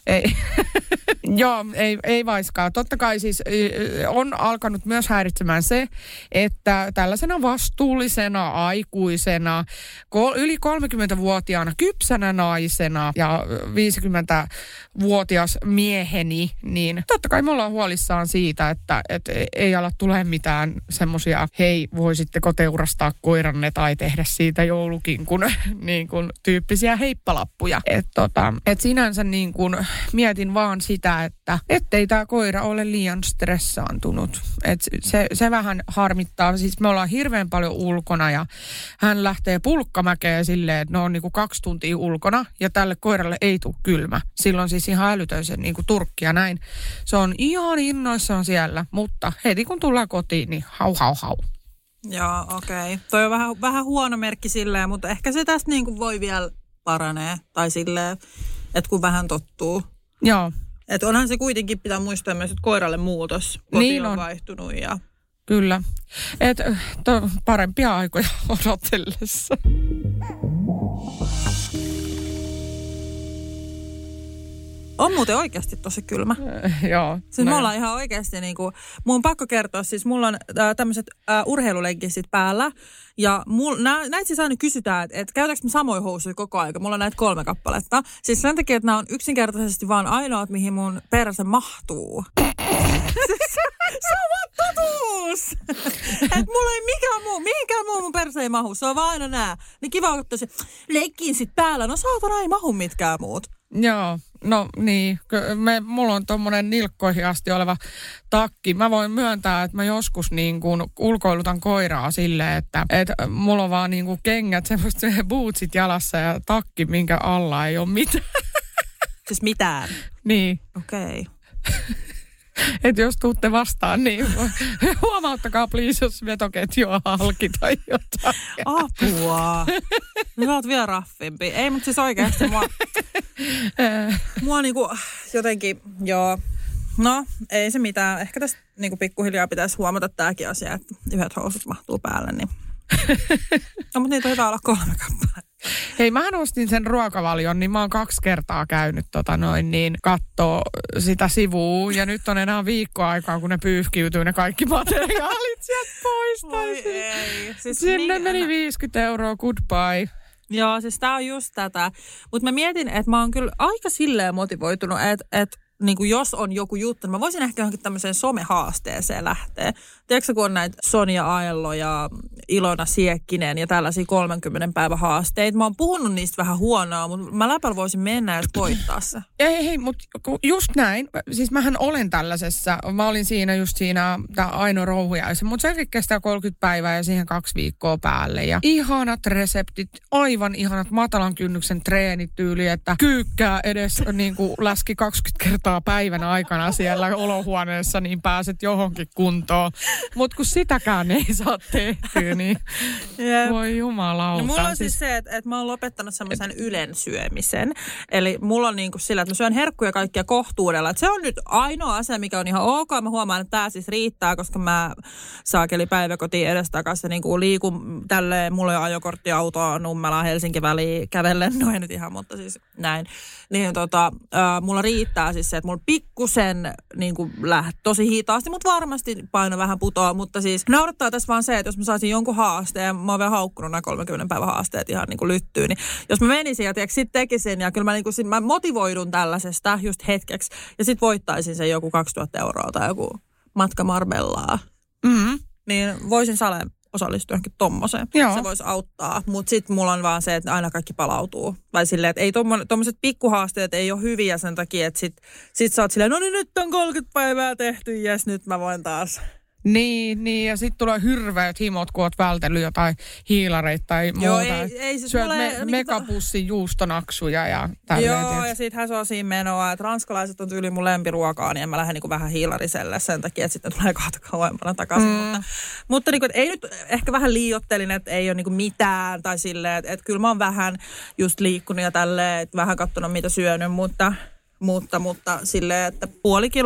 Ei. Joo, ei, ei vaiskaan. Totta kai siis on alkanut myös häiritsemään se, että tällaisena vastuullisena, aikuisena, yli kolmekymmentävuotiaana, kypsänä naisena ja viisikymmentävuotias mieheni, niin totta kai me ollaan huolissaan siitä, että, että ei ala tulee mitään semmoisia, hei, voisitteko teurastaa koiranne tai tehdä siitä joulukinkun niin kuin tyyppisiä heippalappuja. Että tota, et sinänsä niin kuin mietin vaan sitä, että ettei tämä koira ole liian stressaantunut. Et se, se vähän harmittaa. Siis me ollaan hirveän paljon ulkona ja hän lähtee pulkkamäkeen silleen, että ne on niinku kaksi tuntia ulkona ja tälle koiralle ei tule kylmä. Silloin siis ihan älytön se niinku turkki ja näin. Se on ihan innoissaan siellä, mutta heti kun tullaan kotiin, niin hau hau hau. Joo, okei. Okay. Toi on vähän, vähän huono merkki silleen, mutta ehkä se tästä niinku voi vielä paranee. Tai silleen, että kun vähän tottuu. Joo. Että onhan se kuitenkin pitää muistaa myös, että koiralle muutos. Koti niin on, on vaihtunut ja... Kyllä. Että parempia aikoja odotellessa. On muuten oikeasti tosi kylmä. Äh, joo. Siis me ollaan ihan oikeasti niinku, mun on pakko kertoa, siis mulla on äh, tämmöiset äh, urheilulenkkisit päällä. Ja mul, nä, näitä siis aina kysytään, että et käytätkö mä samoja housuja koko aika. Mulla on näitä kolme kappaletta. Siis sen takia, että nämä on yksinkertaisesti vaan ainoat, mihin mun perse mahtuu. Se on vaan totuus! Että mulla ei mikään muu, mihinkään muu mun perse ei mahu. Se on vaan aina nää. Niin kiva ottaa se leikkiin sit päällä. No saatana ei mahu mitkään muut. Joo, no niin. Me, mulla on tommonen nilkkoihin asti oleva takki. Mä voin myöntää, että mä joskus niin kuin ulkoilutan koiraa silleen, että, että mulla on vaan niin kuin kengät, semmoiset bootsit jalassa ja takki, minkä alla ei ole mitään. Siis mitään? Niin. Okei. Okay. Että jos tuutte vastaan, niin huomauttakaa please, jos vetoketju on halki tai jotain. Apua. Nyt olet vielä raffimpi. Ei, mutta siis oikeasti mua, mua niinku jotenkin, joo. No, ei se mitään. Ehkä tästä niinku pikkuhiljaa pitäisi huomata tämäkin asia, että yhdet housut mahtuu päälle, niin... No, mutta niitä taitaa olla kolme kappaletta. Hei, mähän ostin sen ruokavalion, niin mä oon kaksi kertaa käynyt tota noin niin kattoo sitä sivua. Ja nyt on enää viikko aikaa, kun ne pyyhkiytyy ne kaikki materiaalit sieltä pois. Siis sinne minä... meni viisikymmentä euroa, goodbye. Joo, siis tää on just tätä. Mutta mä mietin, että mä oon kyllä aika silleen motivoitunut, että... Et... Niin kuin jos on joku juttu, niin mä voisin ehkä johonkin tämmöiseen somehaasteeseen lähteä. Tiedätkö, kun on näitä Sonja Aello ja Ilona Siekkinen ja tällaisia kolmenkymmenen päivän haasteita. Mä oon puhunut niistä vähän huonoa, mutta mä läpällä voisin mennä ja voittaa se. Ei, hei, mutta just näin. Siis mähän olen tällaisessa. Mä olin siinä just siinä Aino Rouhujaisen, mutta sekin kestää kolmekymmentä päivää ja siihen kaksi viikkoa päälle. Ja ihanat reseptit, aivan ihanat matalan kynnyksen treenityyli, että kyykkää edes niin kuin läski kaksikymmentä kertaa päivän aikana siellä olohuoneessa, niin pääset johonkin kuntoon. Mutta kun sitäkään ei saa tehtyä, niin yep. Voi jumalauta. No, mulla on siis se, että, että mä oon lopettanut semmoisen ylen syömisen. Eli mulla on niin kuin sillä, että mä syön herkkuja kaikkia kohtuudella. Että se on nyt ainoa asia, mikä on ihan ok. Mä huomaan, että tää siis riittää, koska mä saakeli päiväkotiin edestakaisin niin kuin liikun tälleen. Mulla on ajokorttiautoa Nummelaan Helsinki väliin kävellen. No ei nyt ihan, mutta siis näin. Niin tota, äh, mulla riittää siis se, että mulla pikkusen niin kuin lähti tosi hitaasti, mutta varmasti paino vähän putoaa. Mutta siis naurattaa tässä vaan se, että jos mä saisin jonkun haasteen, ja mä oon vielä haukkunut nämä kolmenkymmenen päivän haasteet ihan niin kuin lyttyyn, niin jos mä menisin ja sitten tekisin, ja kyllä mä, niin kuin, mä motivoidun tällaisesta just hetkeksi, ja sitten voittaisin sen joku kaksituhatta euroa tai joku matka Marbellaa, mm-hmm. niin voisin Sale osallistua johonkin tommoseen. Joo. Se voisi auttaa, mutta sitten mulla on vaan se, että aina kaikki palautuu. Tai silleen, että ei tommoset pikkuhaasteet ei ole hyviä sen takia, että sit, sit sä oot silleen, no niin nyt on kolmekymmentä päivää tehty, jes nyt mä voin taas. Niin, niin ja sitten tulee hirveät himot, kun oot vältellyt jotain hiilareita tai muuta. Joo, ei, ei siis syöt mulle... me, niin megapussin juustonaksuja ja tälleen. Joo, tietysti. Ja siitähän se on siinä menoa, että ranskalaiset on tyyli mun lempiruokaa, niin en mä lähde niinku vähän hiilariselle sen takia, että sitten tulee kohta kauempana takaisin. Mm. Mutta, mutta niinku, ei nyt ehkä vähän liioittelin, että ei ole niinku mitään tai silleen, että, että kyllä mä oon vähän just liikkunut ja tälleen, että vähän katsonut mitä syönyt, mutta... Mutta, mutta silleen, että puoli kiloa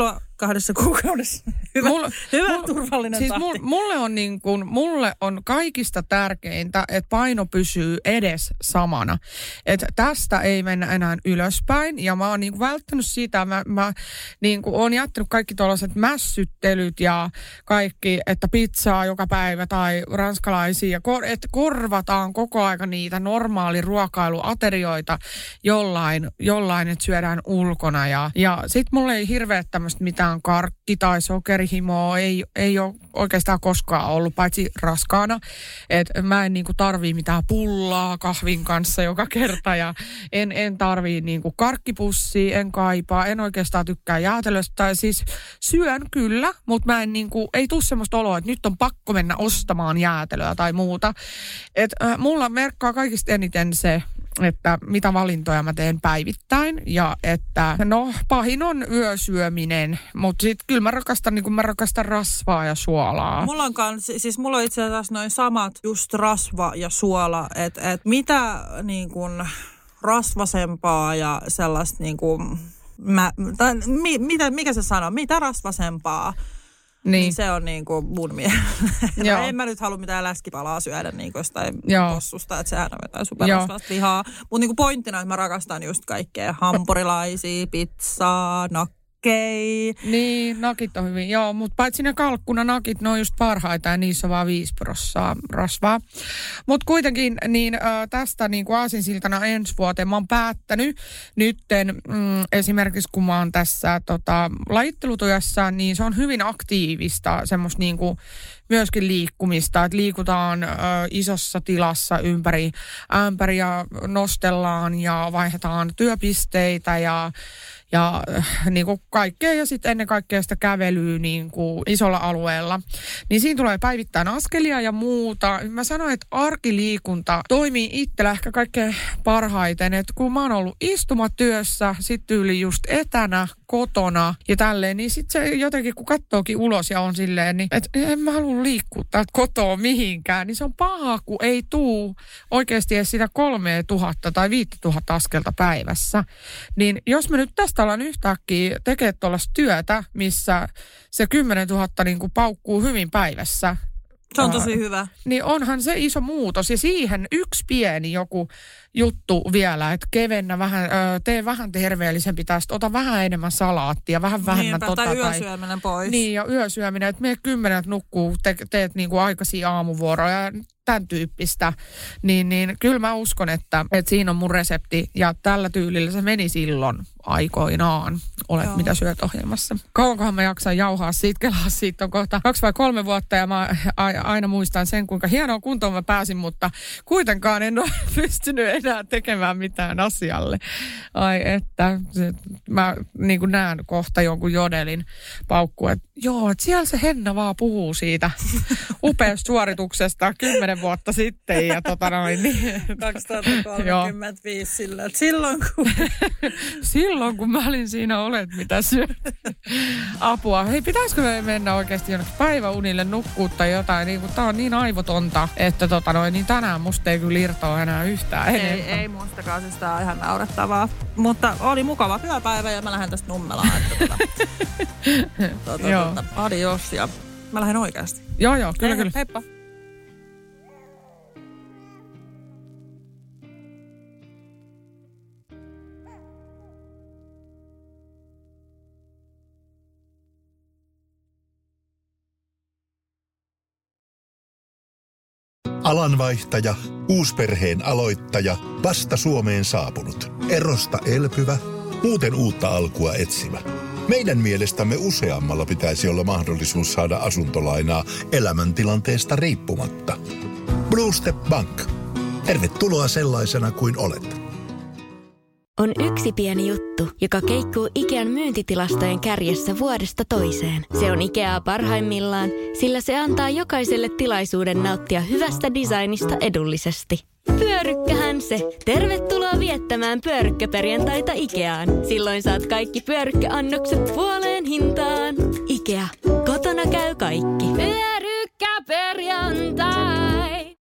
kahdessa kuukaudessa. Hyvä, mulle, hyvä mulle, turvallinen siis tahti. Mulle on, niin kuin, mulle on kaikista tärkeintä, että paino pysyy edes samana. Että tästä ei mennä enää ylöspäin. Ja mä oon niin kuin välttänyt sitä, mä, mä niin kuin oon jättänyt kaikki tuollaiset mässyttelyt ja kaikki, että pizzaa joka päivä tai ranskalaisia. Kor, että korvataan koko aika niitä normaali ruokailuaterioita jollain, jollain että syödään ulkona. Ja, ja sit mulle ei hirveä tämmöistä mitään karkki- tai sokerihimoa, ei, ei ole oikeastaan koskaan ollut, paitsi raskaana. Että mä en niinku tarvii mitään pullaa kahvin kanssa joka kerta ja en, en tarvii niinku karkkipussia, en kaipaa, en oikeastaan tykkää jäätelöstä. Tai siis syön kyllä, mutta mä en niinku, ei tule semmoista oloa, että nyt on pakko mennä ostamaan jäätelöä tai muuta. Että äh, mulla merkkaa kaikista eniten se, että mitä valintoja mä teen päivittäin ja että no pahin on yösyöminen, mutta sitten kyllä mä rakastan, niin kuin mä rakastan rasvaa ja suolaa. Mulla on, kans, siis mulla on itse asiassa noin samat just rasva ja suola, että et mitä niin kuin rasvasempaa ja sellaista niin kuin, mä, tai, mi, mitä, mikä se sanoo, mitä rasvasempaa. Niin. niin se on niin kuin mun mielestä. En mä nyt halua mitään läskipalaa syödä niin kuin jostain possusta, että sehän on jotain superrasvasta lihaa. Mutta niin kuin pointtina, että mä rakastan just kaikkea hampurilaisia, pizzaa, nakkeja. Niin, nakit on hyvin. Joo, mutta paitsi ne kalkkunanakit, ne on just parhaita ja niissä on vaan viisi prossaa rasvaa. Mutta kuitenkin niin, äh, tästä niin kuin aasinsiltana ensi vuoteen mä oon päättänyt nytten mm, esimerkiksi kun mä oon tässä tota, lajittelutujassa, niin se on hyvin aktiivista semmoista niin kuin myöskin liikkumista, että liikutaan ö, isossa tilassa ympäri ämpäriä, nostellaan ja vaihdetaan työpisteitä ja, ja niin kuin kaikkea ja sitten ennen kaikkea sitä kävelyä niin kuin isolla alueella. Niin siinä tulee päivittäin askelia ja muuta. Mä sanoin, että arkiliikunta toimii itsellä ehkä kaikkein parhaiten, että kun mä oon ollut istumatyössä, sitten yli just etänä, kotona ja tälleen, niin sitten se jotenkin, kun katsookin ulos ja on silleen, niin että en mä halua liikkua täältä kotoa mihinkään, niin se on paha, kun ei tuu oikeasti edes sitä kolmea tuhatta tai viittä tuhatta askelta päivässä. Niin jos mä nyt tästä alan yhtäkkiä tekemään tuollaista työtä, missä se kymmenen tuhatta niin kuin paukkuu hyvin päivässä, se on tosi hyvä. Niin onhan se iso muutos. Ja siihen yksi pieni joku juttu vielä, että kevennä vähän, tee vähän terveellisempi tästä, ota vähän enemmän salaattia, vähän vähemmän Niinpä, tota. Tai yösyöminen pois. Niin, ja yösyöminen, että mene kymmenet nukkuu, te, teet niinku aikaisia aamuvuoroja, tämän tyyppistä. Niin, niin kyllä mä uskon, että, että siinä on mun resepti. Ja tällä tyylillä se meni silloin aikoinaan. Olet Joo. mitä syöt ohjelmassa. Kauankohan mä jaksan jauhaa siitä, kelaa siitä on kohta kaksi vai kolme vuotta ja mä aina muistan sen, kuinka hienoa kuntoon mä pääsin, mutta kuitenkaan en ole pystynyt enää tekemään mitään asialle. Ai että, se, mä niin kuin näen kohta jonkun jodelin paukku, että joo, että siellä se Henna vaan puhuu siitä upeasta suorituksesta kymmenen vuotta sitten ja tota noin. Niin, kaksituhattakolmekymmentäviisi sillä, että silloin kun... silloin kun mä olin siinä olet, mitä syöt. Apua. Hei, pitäisikö me mennä oikeasti jonnekin päiväunille nukkuu tai jotain, niin kun tää on niin aivotonta, että tota noin, niin tänään musta ei kyllä irtoa enää yhtään ei, enemmän. Ei mustakaan, siis tää on ihan naurettavaa. Mutta oli mukava työpäivä ja mä lähden tästä Nummelaan. Että tota, tota, tota, adios ja mä lähden oikeasti. Joo, joo, kyllä, Hei, kyllä. Heippa. Alanvaihtaja, uusperheen aloittaja, vasta Suomeen saapunut, erosta elpyvä, muuten uutta alkua etsimä. Meidän mielestämme useammalla pitäisi olla mahdollisuus saada asuntolainaa elämäntilanteesta riippumatta. Blue Step Bank. Tervetuloa sellaisena kuin olet. On yksi pieni juttu, joka keikkuu Ikean myyntitilastojen kärjessä vuodesta toiseen. Se on Ikeaa parhaimmillaan, sillä se antaa jokaiselle tilaisuuden nauttia hyvästä designista edullisesti. Pyörykkähän se! Tervetuloa viettämään pyörykkäperjantaita Ikeaan. Silloin saat kaikki pyörykkäannokset puoleen hintaan. Ikea. Kotona käy kaikki. Pyörykkäperjantai!